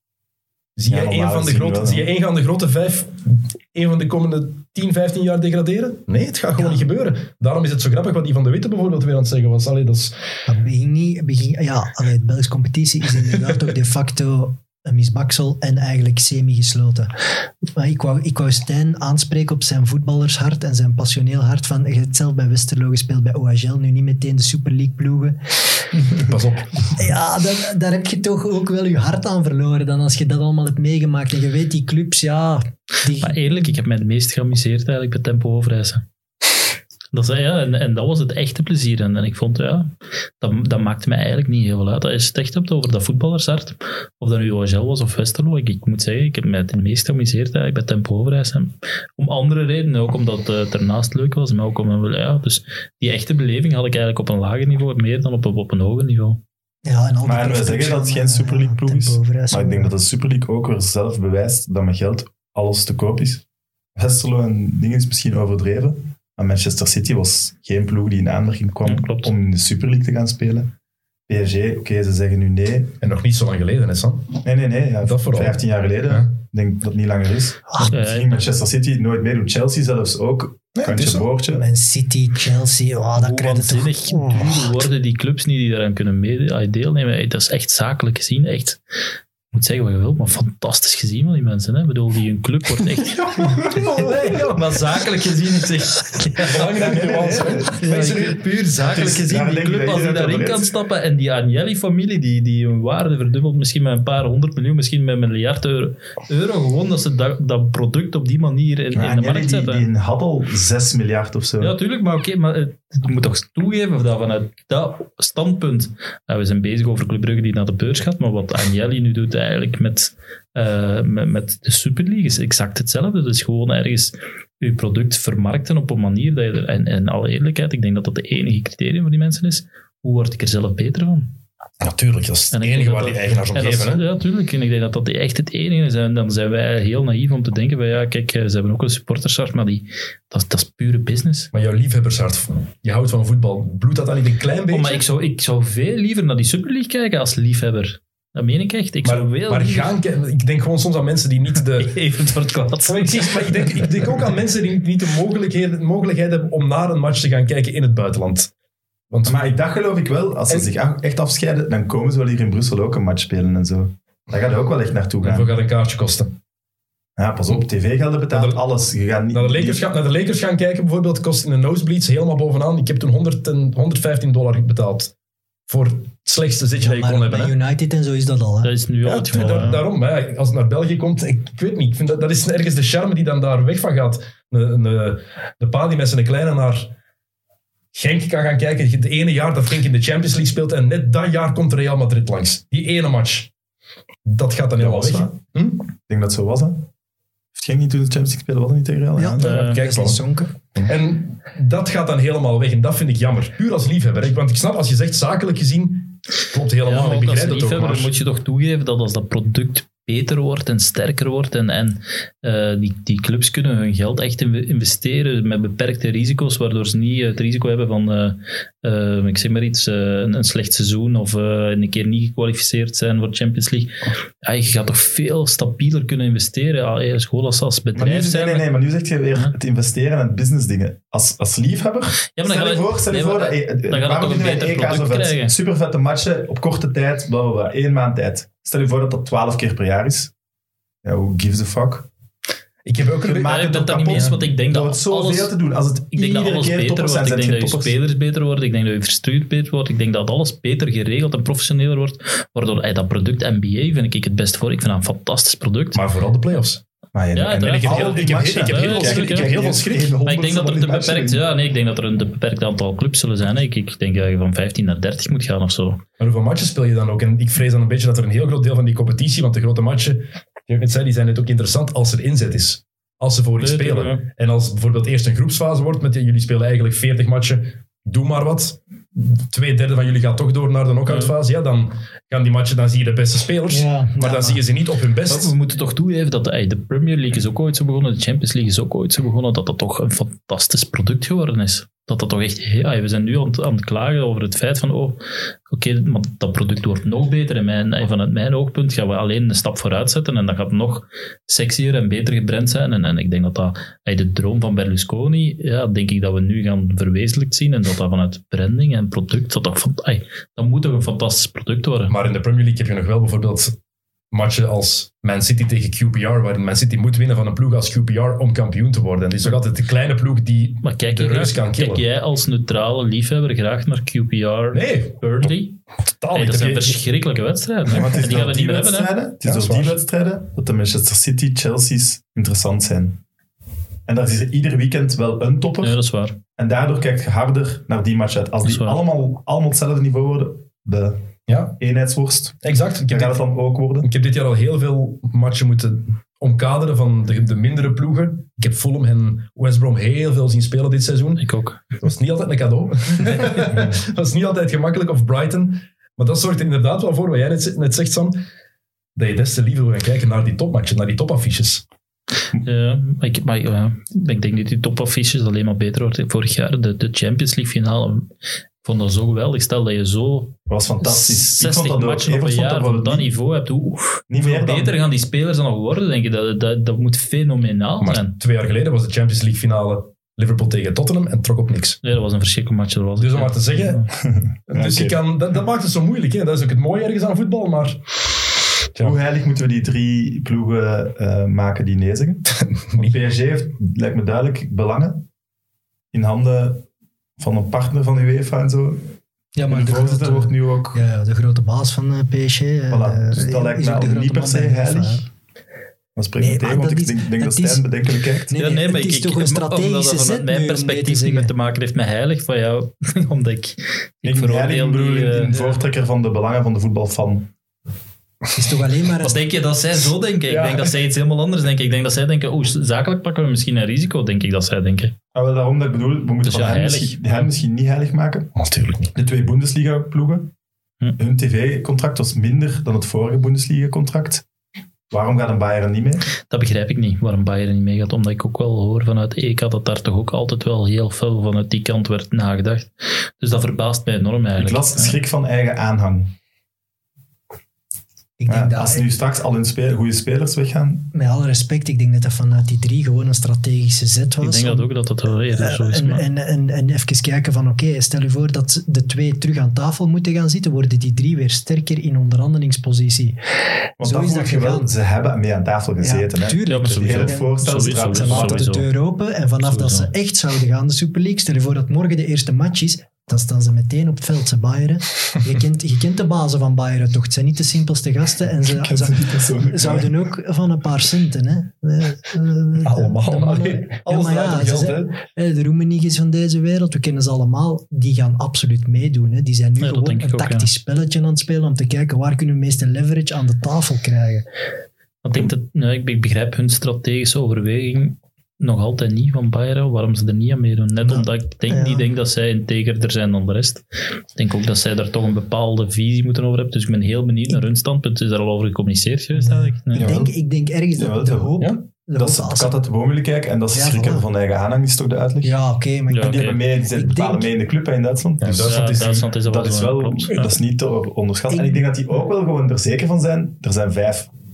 Zie Ja, je een normaal van de gezien grote, wel, zie je ja. een van de grote vijf een van de komende tien, vijftien jaar degraderen? Nee, het gaat gewoon Ja. niet gebeuren. Daarom is het zo grappig wat die Van de Witte bijvoorbeeld weer aan het zeggen was. Allee, dat is... Maar begin niet... Begin, ja, allee, de Belgische competitie is inderdaad toch de facto een misbaksel en eigenlijk semi-gesloten. Maar ik wou, ik wou Stijn aanspreken op zijn voetballershart en zijn passioneel hart van, je hebt zelf bij Westerlo gespeeld, bij O H L, nu niet meteen de Super League ploegen. Pas op. Ja, daar, daar heb je toch ook wel je hart aan verloren dan als je dat allemaal hebt meegemaakt. En je weet, die clubs, ja... Die, Maar eerlijk, ik heb mij het meest geamuseerd eigenlijk bij Tempo Overijse. Dat is, ja, en, en dat was het echte plezier. En, en ik vond, ja, dat, dat maakte mij eigenlijk niet heel veel uit. Als je het echt hebt over dat voetballershart, of dat nu O H L was of Westerlo, ik, ik moet zeggen, ik heb mij het meest geamuseerd eigenlijk bij Tempo Overijse. Om andere redenen, ook omdat uh, het ernaast leuk was, maar ook om, ja, dus die echte beleving had ik eigenlijk op een lager niveau, meer dan op, op een hoger niveau. ja, en al die Maar en we zeggen dat het geen Super League ploeg is. Maar ik denk dat de Super League ook weer zelf bewijst dat met geld alles te koop is. Westerlo en dingen is misschien overdreven. Maar Manchester City was geen ploeg die in aanmerking kwam Ja, klopt. om in de Super League te gaan spelen. P S G, oké, okay, ze zeggen nu nee. En nog niet zo lang geleden, hè Sam? Nee, nee, nee. Ja, Dat vooral. vijftien jaar geleden. Ja. Ik denk dat het niet langer is. Ach, Ja, Ging Manchester City nooit meedoen. Chelsea zelfs ook. Ja, het is Kantje zo. boordje. Man City, Chelsea, oh, dat Hoe krijg je waanzinnig toch... duur worden die clubs niet die daaraan kunnen mede- ah, deelnemen. Hey, dat is echt zakelijk gezien, echt... Ik moet zeggen wat je wilt, maar fantastisch gezien van die mensen. Hè? Ik bedoel, die hun club wordt echt... maar zakelijk gezien, ik zeg... Belangrijk nuance, hè? Ja, ik- puur zakelijk Het is- gezien, daar die denk ik club, dat als die iedereen daarin het kan over stappen en die Agnelli-familie, die, die hun waarde verdubbelt, misschien met een paar honderd miljoen, misschien met een miljard euro, euro gewoon dat ze dat, dat product op die manier in, Ja, in de en markt die, zetten. die had al zes miljard of zo. Ja, tuurlijk, maar oké, maar het- je moet toch toegeven dat vanuit dat standpunt, nou, we zijn bezig over Club Brugge die naar de beurs gaat, maar wat Agnelli nu doet eigenlijk met, uh, met, met de Super League is exact hetzelfde. Dus gewoon ergens je product vermarkten op een manier dat je er, en in alle eerlijkheid, ik denk dat dat de enige criterium voor die mensen is, hoe word ik er zelf beter van? Natuurlijk, dat is het En ik enige denk waar dat die dat- eigenaars om En dat is- geven. Hè? Ja, tuurlijk. En ik denk dat dat echt het enige is. En dan zijn wij heel naïef om te denken van ja, kijk, ze hebben ook een supportershart, maar die, dat, dat is pure business. Maar jouw liefhebbershart, je houdt van voetbal, bloedt dat dan niet een klein beetje? Oh, maar ik zou, ik zou veel liever naar die Super League kijken als liefhebber. Dat meen ik echt. Ik zou maar, veel maar liever... gaan, ke- ik denk gewoon soms aan mensen die niet de... Even het wordt kwaad. Maar ik, zie- maar ik, denk, ik denk ook aan mensen die niet de mogelijkheid, mogelijkheid hebben om naar een match te gaan kijken in het buitenland. Want Maar ik, dat geloof ik wel. Als ze En- zich a- echt afscheiden, dan komen ze wel hier in Brussel ook een match spelen en zo. Daar gaat je ook wel echt naartoe hoeveel gaan. gaat een kaartje kosten? Ja, pas op, tv-gelden betaalt Naar de- alles. Je gaat niet, Naar de, Lakers gaan, naar de Lakers gaan kijken bijvoorbeeld kost in een nosebleeds helemaal bovenaan. Ik heb toen honderd en honderdvijftien dollar betaald. Voor het slechtste zitje dat je kon Maar hebben. bij Hè. United en zo is dat al. Hè? Dat is nu al Ja, het geval. daar- ja. daarom. Maar ja, als het naar België komt, ik, ik weet niet. Ik vind dat, dat is ergens de charme die dan daar weg van gaat. De, de, de pa die met zijn kleine naar Genk kan gaan kijken. Het ene jaar dat Genk in de Champions League speelt en net dat jaar komt Real Madrid langs. Die ene match. Dat gaat dan helemaal was weg. dat. Hm? Ik denk dat het zo was, hè. Heeft Genk niet toen de Champions League speelde, was dat niet tegen Real? Ja, Ja, kijk Wesley wel. Sonke. En dat gaat dan helemaal weg. En dat vind ik jammer. Puur als liefhebber. hè. Want ik snap, als je zegt zakelijk gezien, klopt Ja, helemaal. maar ik ook als begrijp dat ook. liefhebber Maar moet je toch toegeven dat als dat product beter wordt en sterker wordt en, en uh, die, die clubs kunnen hun geld echt in- investeren met beperkte risico's, waardoor ze niet het risico hebben van uh, uh, ik zeg maar iets, uh, een, een slecht seizoen of uh, een keer niet gekwalificeerd zijn voor de Champions League. Ja, je gaat toch veel stabieler kunnen investeren. Ja, hey, gewoon als, als Maar nu, bedrijf nee, zijn. nee, nee, maar nu zeg je weer het investeren en het business dingen. Als, als liefhebber, Ja, maar dan stel je ga je- voor, stel je nee, voor maar dat... Hey, dan gaat het toch een beter E K zo product vet, krijgen. super vette matchen, op korte tijd, bla, bla, bla, één maand tijd. Stel je voor dat dat twaalf keer per jaar is. Ja, who gives a fuck? Ik heb ook een Je maakt Ja, ik het ben ook het niet mee eens, kapot. want ik denk Door dat het zoveel alles... te doen. Als het Ik denk dat iedere alles keer beter toppers wordt. zijn, Ik zijn denk geen dat je toppers. spelers beter worden. Ik denk dat je verstuurd beter wordt. Ik denk dat alles beter geregeld en professioneler wordt. Waardoor hey, dat product N B A vind ik het best voor. Ik vind dat een fantastisch product. Maar vooral de playoffs. Maar ja, Ja, en uiteraard. Ik heb al heel- die ik heb- matchen, ik heb hè. heel veel Ja, schrik. Ik heb ja. heel veel schrik. Maar ik denk dat er van te die matchen beperkt, in. ja, nee, ik denk dat er een te beperkt aantal clubs zullen zijn. Hè. Ik, ik denk dat je van vijftien naar dertig moet gaan of zo. Maar hoeveel matchen speel je dan ook? En ik vrees dan een beetje dat er een heel groot deel van die competitie, want de grote matchen, je net zei, die zijn net ook interessant als er inzet is. Als ze voor je Nee, spelen. ja. En als bijvoorbeeld eerst een groepsfase wordt, met jullie spelen eigenlijk veertig matchen, doe maar wat. Twee derde van jullie gaat toch door naar de knock-outfase. Ja, dan gaan die matchen, dan zie je de beste spelers. Ja, maar ja, dan zie je ze niet op hun Maar best. we moeten toch toegeven dat ey, de Premier League is ook ooit zo begonnen, de Champions League is ook ooit zo begonnen, dat dat toch een fantastisch product geworden is. Dat dat toch echt... Ja, we zijn nu aan het, aan het klagen over het feit van, oh, oké, okay, maar dat product wordt nog beter. En mijn, ey, vanuit mijn oogpunt gaan we alleen een stap vooruit zetten en dat gaat nog sexier en beter gebrand zijn. En, en ik denk dat dat ey, de droom van Berlusconi, ja, denk ik dat we nu gaan verwezenlijkt zien en dat dat vanuit branding en product, dat, dat, van- ey, dat moet toch een fantastisch product worden. Maar in de Premier League heb je nog wel bijvoorbeeld matchen als Man City tegen Q P R, waarin Man City moet winnen van een ploeg als Q P R om kampioen te worden. En het is toch altijd de kleine ploeg die Maar kijk, de je reus graag- kan killen. kijk jij als neutrale liefhebber graag naar Q P R, Nee, Burnley? totaal Hey, niet. dat zijn Heb je- verschrikkelijke wedstrijden. Ja, maar het En is die gaan door het niet die meer hebben. Hè? wedstrijden, het is Ja, door dat is die waar. wedstrijden dat de Manchester City, Chelsea's interessant zijn. En daar is er ieder weekend wel een topper. Ja, dat is waar. En daardoor kijk je harder naar die match uit. Als Dat is die waar. allemaal, allemaal hetzelfde niveau worden, de Ja, eenheidsworst, exact. Ik dan heb, gaat het dit, dan ook worden. ik heb dit jaar al heel veel matchen moeten omkaderen van de, de mindere ploegen. Ik heb Fulham en West Brom heel veel zien spelen dit seizoen. Ik ook. Dat was niet altijd een cadeau. Dat was niet altijd gemakkelijk. Of Brighton. Maar dat zorgt er inderdaad wel voor, wat jij net, net zegt, Sam, dat je des te liever wil gaan kijken naar die topmatchen, naar die topaffiches. Ja, maar ik, maar, ja, ik denk dat die topaffiches alleen maar beter worden. Vorig jaar, de, de Champions League finale, ik vond dat zo geweldig. Stel dat je zo Dat was fantastisch. Ik vond zestig dat ook. matchen op Evert een vond jaar dat wel van dat niet- niveau hebt. Hoe, Niet hoeveel meer dan- beter gaan die spelers dan nog worden, denk je? Dat, dat, dat moet fenomenaal Maar zijn. twee jaar geleden was de Champions League finale Liverpool tegen Tottenham en trok op niks. Nee, dat was een verschrikkelijke match. Dat was Dus het, om ja. maar te zeggen, dus Oké. je kan, dat, dat maakt het zo moeilijk. Hè? Dat is ook het mooie ergens aan voetbal, maar... Tja. Hoe heilig moeten we die drie ploegen eh, maken die nee zeggen? Want P S G heeft, lijkt me duidelijk, belangen in handen van een partner van de UEFA en zo. Ja, Maar maar de de voorzitter grote, wordt nu ook... ja, de grote baas van eh, P S G. eh, Voilà, dus dat eh, lijkt is mij ook de al grote niet per man se bij de UEFA, heilig. hè. Dat spreekt me Nee, tegen, maar want ik dat is- denk, denk dat dat is- Stijn bedenkelijk kijkt. Nee, Ja, nee, maar het ik, is ik, toch een ik- strategische omdat dat zet vanuit nu, mijn om dit te perspectief niet zeggen. meer te maken heeft met heilig van jou, omdat ik, ik Ik veroordeel heilig bedoel die... in, eh, in voortrekker van de belangen van de voetbalfan. Het is toch alleen maar een Wat denk je dat zij zo denken? Ik Ja. denk dat zij iets helemaal anders denken. Ik denk dat zij denken, oeh, zakelijk pakken we misschien een risico, denk ik dat zij denken. Ah, wel, daarom dat ik bedoel, we moeten Dus van ja, hem, heilig. misschien, hem misschien niet heilig maken. Natuurlijk niet. De twee Bundesliga-ploegen, Hm. hun tv-contract was minder dan het vorige Bundesliga-contract. Waarom gaat een Bayern niet mee? Dat begrijp ik niet, waarom Bayern niet meegaat. Omdat ik ook wel hoor vanuit E K dat daar toch ook altijd wel heel veel vanuit die kant werd nagedacht. Dus dat verbaast mij enorm Ik eigenlijk. las schrik van eigen aanhang. Ik denk Ja, dat, als nu straks al hun spe- goede spelers weggaan, met alle respect, ik denk dat dat vanuit die drie gewoon een strategische zet was. Ik denk om- dat ook dat dat wel eerder zo is. en, Maar en, en, en even kijken van, oké, stel je voor dat de twee terug aan tafel moeten gaan zitten, worden die drie weer sterker in onderhandelingspositie. want Zo dat is vond dat je wel, gegaan. ze hebben mee aan tafel gezeten. Ja, hè. tuurlijk. Ja, maar Die sowieso. hele voorstel Sowieso, straat- Ze laten de Sowieso. deur open en vanaf dat ze Sowieso. echt zouden gaan, de Super League, stel je voor dat morgen de eerste match is, dan staan ze meteen op het veld, ze Bayern. Je kent, je kent de bazen van Bayern toch, het zijn niet de simpelste gasten en ze, Ik ken ze- ze niet persoonlijk. ze houden ook van een paar centen. Hè. Eh, eh, Allemaal, de maar mannen- nee, Ja, alles maar draait ja, om ze geld, zijn- hè. eh, de Roemeniekes van deze wereld, we kennen ze allemaal, die gaan absoluut meedoen. Hè. Die zijn nu Ja, dat gewoon denk ik een ook, tactisch ja. spelletje aan het spelen om te kijken waar kunnen we de meeste leverage aan de tafel krijgen. ik, denk dat, nee, ik be- ik begrijp hun strategische overweging nog altijd niet van Bayern, waarom ze er niet aan meedoen. Net Ja. omdat ik denk, Ja. niet denk dat zij integerder zijn dan de rest. Ik denk ook dat zij daar toch een bepaalde visie moeten over hebben. Dus ik ben heel benieuwd naar hun standpunt. Is daar al over gecommuniceerd geweest eigenlijk? Nee. Ik Jawel. denk, ik denk ergens dat Jawel, de dat- hoop... ja. de Dat is hoop het als- kat uit de boom willen kijken en dat is Ja, schrikken voilà. van eigen aanhang, is toch de uitleg? Ja, oké, maar ik Ja, Die, hebben mee, die zijn Ik bepalen denk- mee in de club hè, in Duitsland. Ja, Dus Duitsland Ja, is- Duitsland is dat, dat is wel, klopt. Ja. dat is niet te onderschatten. Ik- En ik denk dat die ook wel gewoon er zeker van zijn. Er zijn vijf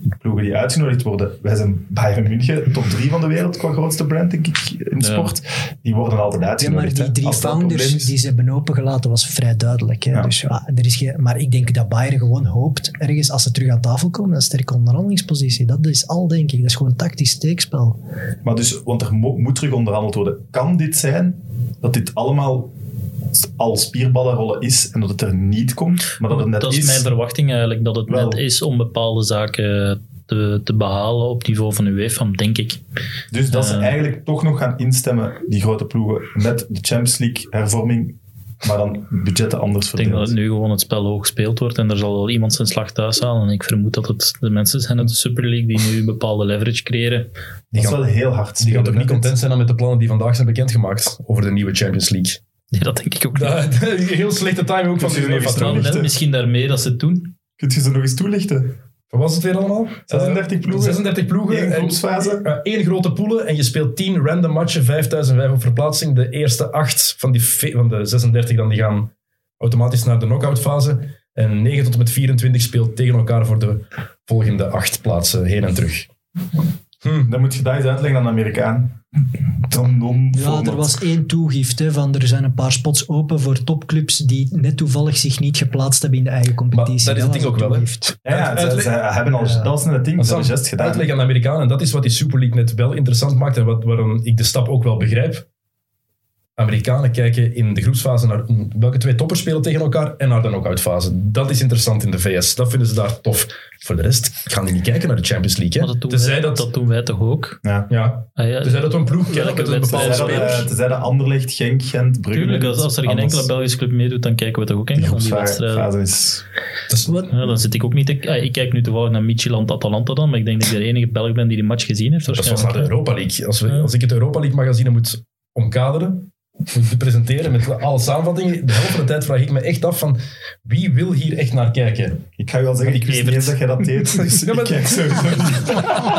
ploegen die uitgenodigd worden. Wij zijn Bayern München, top drie van de wereld qua grootste brand, denk ik, in de Ja. sport. Die worden altijd Ja, maar uitgenodigd. die hè. drie Als dat een probleem founders is. die ze hebben opengelaten was vrij duidelijk. Hè? Ja. Dus, ja, er is geen, maar ik denk dat Bayern gewoon hoopt, ergens als ze terug aan tafel komen, een sterke onderhandelingspositie. Dat is al, denk ik. Dat is gewoon tactisch steekspel. Maar dus, want er mo- moet terug onderhandeld worden. Kan dit zijn dat dit allemaal al spierballenrollen is en dat het er niet komt, maar dat het net dat is is? mijn verwachting eigenlijk, dat het Wel. net is om bepaalde zaken te, te behalen op niveau van UEFA, denk ik. Dus dat ze Eh. eigenlijk toch nog gaan instemmen, die grote ploegen, met de Champions League hervorming, maar dan budgetten anders Ik denk dat verdeeld. het nu gewoon het spel hoog gespeeld wordt en er zal wel iemand zijn slag thuis halen. En ik vermoed dat het de mensen zijn uit de Super League die nu bepaalde leverage creëren. Dat Die is gaan, wel heel hard. die gaan toch niet spelen, hè. content zijn dan met de plannen die vandaag zijn bekendgemaakt over de nieuwe Champions League. Nee, dat denk ik ook niet. Dat, heel slechte timing ook van Kun je de nog UEFA eens Maar trouwens. net misschien daarmee dat ze het doen. Kunt je ze nog eens toelichten? Wat was het weer allemaal? zesendertig ploegen. zesendertig ploegen. Eén en- groepsfase. eh, één grote poelen en je speelt tien random matchen, vijfduizend vijf op verplaatsing. De eerste acht van, die ve- van de zesendertig dan, die gaan automatisch naar de knock-out fase. En negen tot en met vierentwintig speelt tegen elkaar voor de volgende acht plaatsen heen en terug. Hm. Dan moet je dat eens uitleggen aan de Amerikaan. Dan, dan Ja, er was één toegift hè, van er zijn een paar spots open voor topclubs die net toevallig zich niet geplaatst hebben in de eigen competitie. Maar dat is het ding was ook wel, hè. toegift. Ja, ja, ze, Uitleg- ze hebben al, Ja. dat was net het ding, Maar ze Sam, hebben juist gedaan. uitleg aan de Amerikanen, en dat is wat die Super League net wel interessant maakt en wat, waarom ik de stap ook wel begrijp. Amerikanen kijken in de groepsfase naar welke twee toppers spelen tegen elkaar en naar de knock-out fase. Dat is interessant in de V S. Dat vinden ze daar tof. Voor de rest gaan die niet kijken naar de Champions League. Maar Hè? dat doen, Tenzij wij, dat, dat doen wij toch ook? Ja. ja, Ah, ja, tenzij dat we een ploeg kennen Welke met een bepaalde Tenzij wedstrijd dat, spelers. eh, tenzij dat Anderlecht, Genk, Gent, Brugge... Tuurlijk, als, als er geen anders- enkele Belgische club meedoet, dan kijken we toch ook Die enkel naar die wedstrijden. groepsfase is... Dus- Wat? Ja, dan zit ik ook niet te... ah, ik kijk nu toevallig naar Midtjylland-Atalanta dan, maar ik denk dat ik de enige Belg ben die die match gezien heeft. Dat was naar de waarschijnlijk. Europa League. Als, we, Ja. als ik het Europa League magazine moet omkaderen, moet presenteren met alle samenvattingen, de helft van de tijd vraag ik me echt af van wie wil hier echt naar kijken? Ik ga je wel zeggen, ik wist niet eens dat jij dat deed. Dus Ja, maar- ik kijk sowieso niet.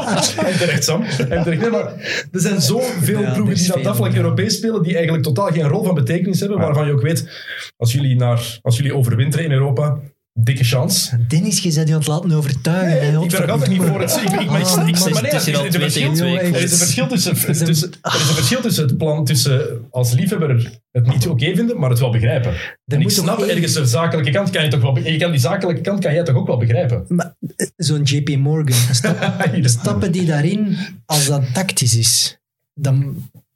En terecht, Sam. En terecht. Nee, maar er zijn zoveel Ja, er ploegen is die dat veel, tafelijk ja. Europees spelen, die eigenlijk totaal geen rol van betekenis hebben, Ja. waarvan je ook weet, als jullie, naar, als jullie overwinteren in Europa, dikke chance. Dennis, je bent je aan het laten overtuigen. hè, Ik ben nog altijd niet godverdomme. voor het... Ik, ik, ik, maar ik, Ah, ik, man. maar nee, Het is hier er al is een twee verschil- tegen twee. Joh, Ik Er is een vond- verschil tussen, is een- tussen, er is een verschil tussen het plan tussen als liefhebber het niet oké vinden, maar het wel begrijpen. En ik moet toch snap één- ergens de zakelijke kant kan je toch wel... be- Je kan die zakelijke kant kan jij toch ook wel begrijpen? Maar, eh, zo'n J P Morgan, stap- stappen die daarin als dat tactisch is? Dan,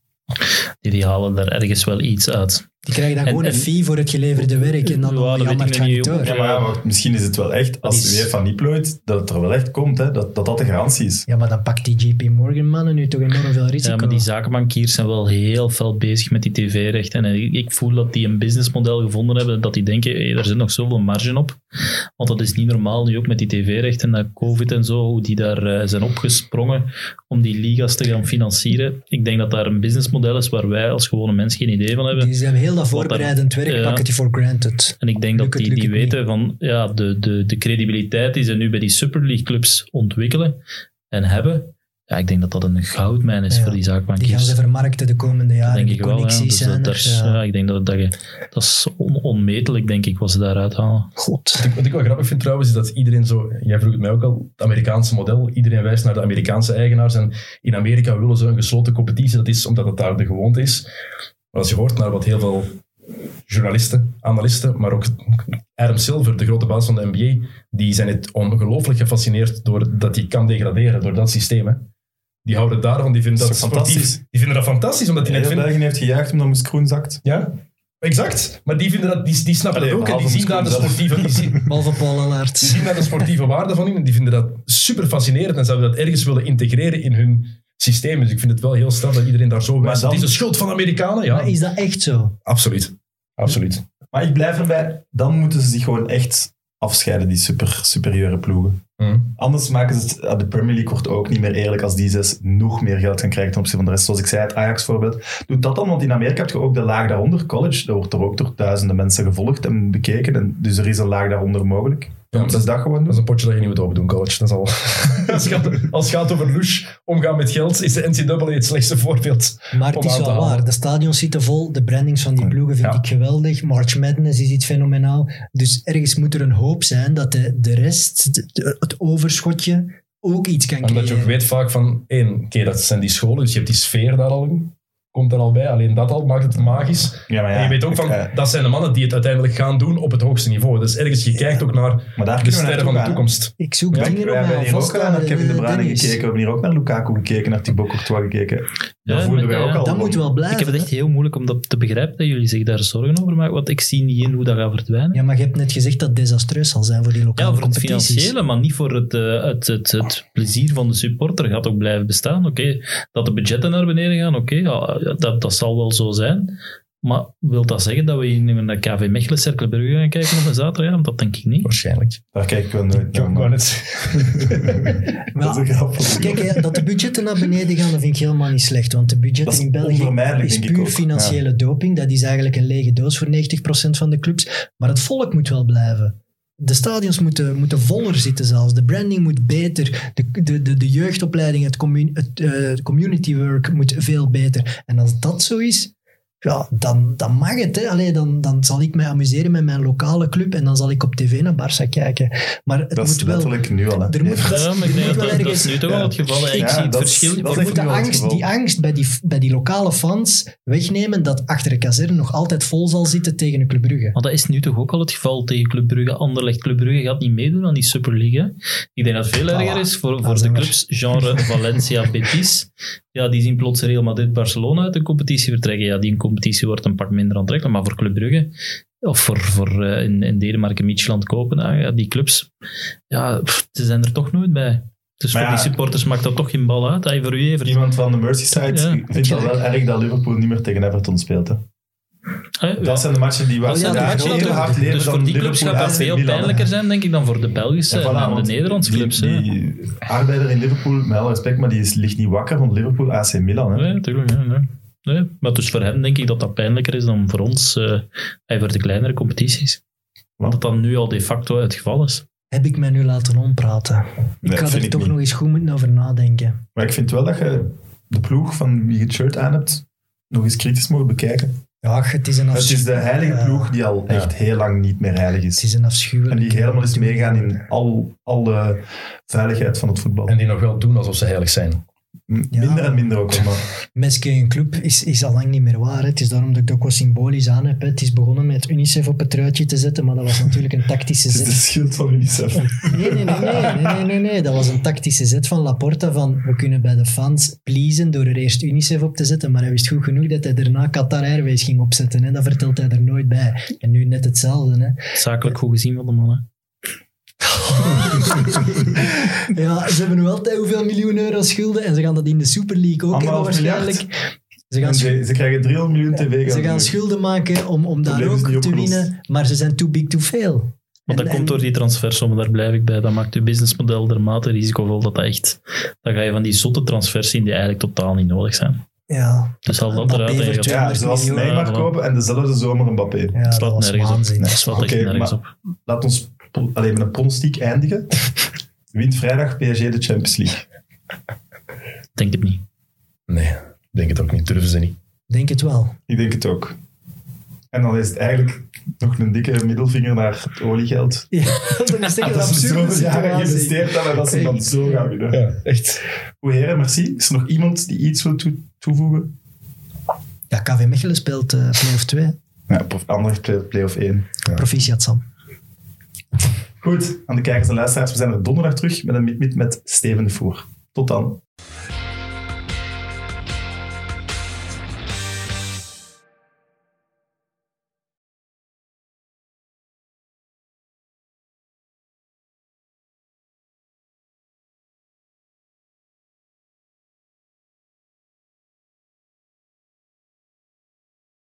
Die, die halen daar ergens wel iets uit. die krijgen dan En- gewoon een en- fee voor het geleverde werk en dan Ja, oh, dat ja, weet maar ik het gaat niet, niet joh. door. Ja, maar, ja, maar misschien is het wel echt, als Dat is- de UEFA niet plooit, dat het er wel echt komt, hè, dat, dat dat de garantie is. Ja, maar dan pakt die J P Morgan mannen nu toch enorm veel risico. Ja, maar die zakenbankiers zijn wel heel fel bezig met die tv-rechten. En ik, ik voel dat die een businessmodel gevonden hebben, dat die denken, hey, er zit nog zoveel marge op. Want dat is niet normaal nu ook met die tv-rechten, na COVID en zo, hoe die daar eh, zijn opgesprongen om die liga's te gaan financieren. Ik denk dat daar een businessmodel is waar wij als gewone mens geen idee van hebben. Die ze hebben heel dat Wat dan- voorbereidend werk, ja. pakken die for granted. En ik denk dat Lukt het, die, die lukt het weten van ja, de, de, de credibiliteit die ze nu bij die Super League clubs ontwikkelen en hebben. Ja, ik denk dat dat een goudmijn is Ja, voor die Die gaan zaakbankiers. ze vermarkten de komende jaren. denk Die ik wel. Ja. connecties Dus zijn dat, er. daar is- ja. ja, ik denk dat, dat, je, dat is on, onmetelijk, denk ik, wat ze daaruit halen. God. Wat ik, wat ik wel grappig vind trouwens, is dat iedereen zo... Jij vroeg het mij ook al, het Amerikaanse model. Iedereen wijst naar de Amerikaanse eigenaars. En in Amerika willen ze een gesloten competitie. Dat is omdat het daar de gewoonte is. Maar als je hoort naar wat heel veel journalisten, analisten, maar ook Adam Silver, de grote baas van de N B A, die zijn het ongelooflijk gefascineerd door dat hij kan degraderen door dat systeem. Hè. Die houden daarvan, die vinden Dat dat, is toch sportief. fantastisch? Die vinden dat fantastisch, omdat die net Heel vinden... België heeft gejuicht omdat Moes Kroen zakt. Ja, exact. Maar die, vinden dat, die, die snappen Allee, dat ook en die behalve zien daar de Moes Kroen sportieve... Die zien, Behalve Paul Allaert. die zien daar de sportieve waarde van in en die vinden dat super fascinerend en zouden dat ergens willen integreren in hun systeem. Dus ik vind het wel heel straf dat iedereen daar zo wijst. dan- Het is de schuld van de Amerikanen. Ja, Maar is dat echt zo? absoluut. Absoluut. Maar ik blijf erbij, dan moeten ze zich gewoon echt afscheiden, die super, superieure ploegen. Hm. Anders maken ze het... De Premier League wordt ook niet meer eerlijk als die zes nog meer geld gaan krijgen ten opzichte van de rest. Zoals ik zei, het Ajax-voorbeeld. Doe dat dan, want in Amerika heb je ook de laag daaronder, college. Dat wordt er ook door duizenden mensen gevolgd en bekeken. En dus er is een laag daaronder mogelijk. Dan Ja, moeten ze dat gewoon Dat is doen. een potje dat je niet moet opendoen, college. Dat is al... als, het gaat, als het gaat over louche, omgaan met geld, is de N C A A het slechtste voorbeeld. Maar het om is aan te wel halen. waar. De stadions zitten vol. De brandings van die ploegen vind Ja. ik geweldig. March Madness is iets fenomenaal. Dus ergens moet er een hoop zijn dat de, de rest, de- de- het overschotje, ook iets kan Omdat je ook creëren. weet vaak van, één, oké, dat zijn die scholen, dus je hebt die sfeer daar al in. Komt er al bij, alleen dat al maakt het magisch. Ja, maar ja, en je weet ook van, uh, dat zijn de mannen die het uiteindelijk gaan doen op het hoogste niveau. Dus ergens, je kijkt ook naar maar daar de kunnen we sterren naartoe van de gaan, toekomst. Ik zoek Ja, dingen we om hebben mij hier vast ook te naar houden, Kevin De eh, Bruyne Dennis. gekeken, we hebben hier ook naar Lukaku gekeken, naar Thibaut Courtois gekeken. Daar Ja, voelden maar- wij ook ja, al. Dat moet wel blijven. Ik heb het echt hè. heel moeilijk om dat te begrijpen dat jullie zich daar zorgen over maken, want ik zie niet in hoe dat gaat verdwijnen. Ja, maar je hebt net gezegd dat het desastreus zal zijn voor die lokale Ja, voor het competities. financiële, maar niet voor het, uh, het, het, het plezier van de supporter gaat ook blijven bestaan. Oké, okay. Dat de budgetten naar beneden gaan, oké, okay, ja, dat, dat zal wel zo zijn. Maar wil dat zeggen dat we hier naar K V Mechelen Cercle Brugge gaan kijken op een zaterdagavond? Dat denk ik niet. Waarschijnlijk. Daar kijk ik wel nooit Ik naar. wou man. net Dat is een grap. Kijk, hè, dat de budgetten naar beneden gaan, dat vind ik helemaal niet slecht. Want de Dat budgetten is in België onvermijdelijk, is denk ik puur ook. financiële doping. Dat is eigenlijk een lege doos voor negentig procent van de clubs. Maar het volk moet wel blijven. De stadions moeten, moeten voller zitten zelfs. De branding moet beter. De, de, de, de jeugdopleiding, het, commun, het uh, community work moet veel beter. En als dat zo is... Ja, dan, dan mag het. Hè. Allee, dan, dan zal ik mij amuseren met mijn lokale club en dan zal ik op tv naar Barça kijken. Maar het Dat moet is wel... letterlijk nu al. Hè. Er moet, Ja, maar ik er denk moet dat, wel dat, dat ergens... is nu toch al het geval. Ik Ja, zie het dat is- verschil. dat is Je echt moet de nu al het angst, geval. die angst bij die, bij die lokale fans wegnemen dat achter de kazerne nog altijd vol zal zitten tegen een Club Brugge. Maar dat is nu toch ook al het geval tegen Club Brugge. Anderlecht Club Brugge gaat niet meedoen aan die Super League. Hè. Ik denk dat het veel erger is voor, voor de zijn we. clubs genre Valencia, Betis. Ja, die zien plots Real Madrid, Barcelona uit de competitie vertrekken. Ja, die een competitie wordt een pak minder aantrekkelijk. Maar voor Club Brugge, of voor, voor uh, in, in Denemarken, Midtjylland, Kopenhagen, ja, die clubs, ja, pff, ze zijn er toch nooit bij. Dus Maar voor ja, die supporters maakt dat toch geen bal uit. Hij voor u even. Iemand van de Merseyside Ja. vindt het wel erg dat Liverpool niet meer tegen Everton speelt. Hè. Hè, Dat zijn de matchen die Oh was ja, ja, dat heel gaat hard ook. leven Dus dan voor die clubs Liverpool, gaat dat A C veel Milan, hè. pijnlijker zijn, denk ik, dan voor de Belgische Ja, voilà, en de want Nederlandse die- clubs. hè. Die arbeider in Liverpool, met alle respect, maar die is, ligt niet wakker van Liverpool A C Milan. Hè. Nee, natuurlijk. Nee, nee. Nee, maar dus voor hen denk ik dat dat pijnlijker is dan voor ons uh, en voor de kleinere competities. Wat? Dat dat nu al de facto het geval is. Heb ik mij nu laten ompraten? Nee, ik ga vind er ik toch niet. nog eens goed moeten over nadenken. Maar ik vind wel dat je de ploeg van wie je het shirt aan hebt nog eens kritisch mogen bekijken. Ja, het is een Het is de afschuwelijke... heilige ploeg die al echt heel lang niet meer heilig Het is. is een afschuwelijke... En die helemaal is meegaan in al, al de veiligheid van het voetbal. En die nog wel doen alsof ze heilig zijn. M- Ja. Minder en minder ook wel, maar Meske een club is, is al lang niet meer waar. Hè. Het is daarom dat ik dat ook wat symbolisch aan heb. Hè. Het is begonnen met UNICEF op het truitje te zetten, maar dat was natuurlijk een tactische het is de zet. schuld van UNICEF. Nee, nee, nee, nee, nee, nee, nee, nee. Dat was een tactische zet van Laporta van we kunnen bij de fans pleasen door er eerst UNICEF op te zetten, maar hij wist goed genoeg dat hij daarna Qatar Airways ging opzetten. Hè. Dat vertelt hij er nooit bij. En nu net hetzelfde. Hè. Zakelijk goed gezien van de mannen. Ja, ze hebben nu altijd hoeveel miljoen euro schulden en ze gaan dat in de Super League ook hebben Anderhalf waarschijnlijk. Ze gaan, En schu- ze, ze krijgen driehonderd miljoen tv. ze gaan schulden maken om, om daar probleem is ook niet te opgelost. winnen, maar ze zijn too big to fail. Want dat En- komt en- door die transfersommen, daar blijf ik bij. Dat maakt je businessmodel dermate risicovol dat dat echt... Dan ga je van die zotte transfers zien die eigenlijk totaal niet nodig zijn. Ja, Dus al dat Mbappé eruit... en je voor gaat- Ja, tweehonderd zoals miljoen. Neymar Ja, voilà. kopen en dezelfde zomer een Mbappé. ja dat slaat was nergens op. waanzin. Dat slaat echt Oké, nergens maar- op. Laat ons pro- alleen met een pronostiek eindigen. Wint vrijdag P S G de Champions League. Denk het niet. Nee, ik denk het ook niet. Durven ze niet. Denk het wel. Ik denk het ook. En dan is het eigenlijk nog een dikke middelvinger naar het oliegeld. Ja, dat is echt een Dat ze absurde zoveel jaren situatie. geïnvesteerd hebben en dat ze dan zo gaan winnen. Ja, echt. Goed heren, merci. Is er nog iemand die iets wil toe- toevoegen? Ja, K V Mechelen speelt uh, play-off twee. Ja, of anders play- play-off één. Proficiat, Sam. Goed, aan de kijkers en luisteraars. We zijn er donderdag terug met een Meet met Steven de Voer. Tot dan.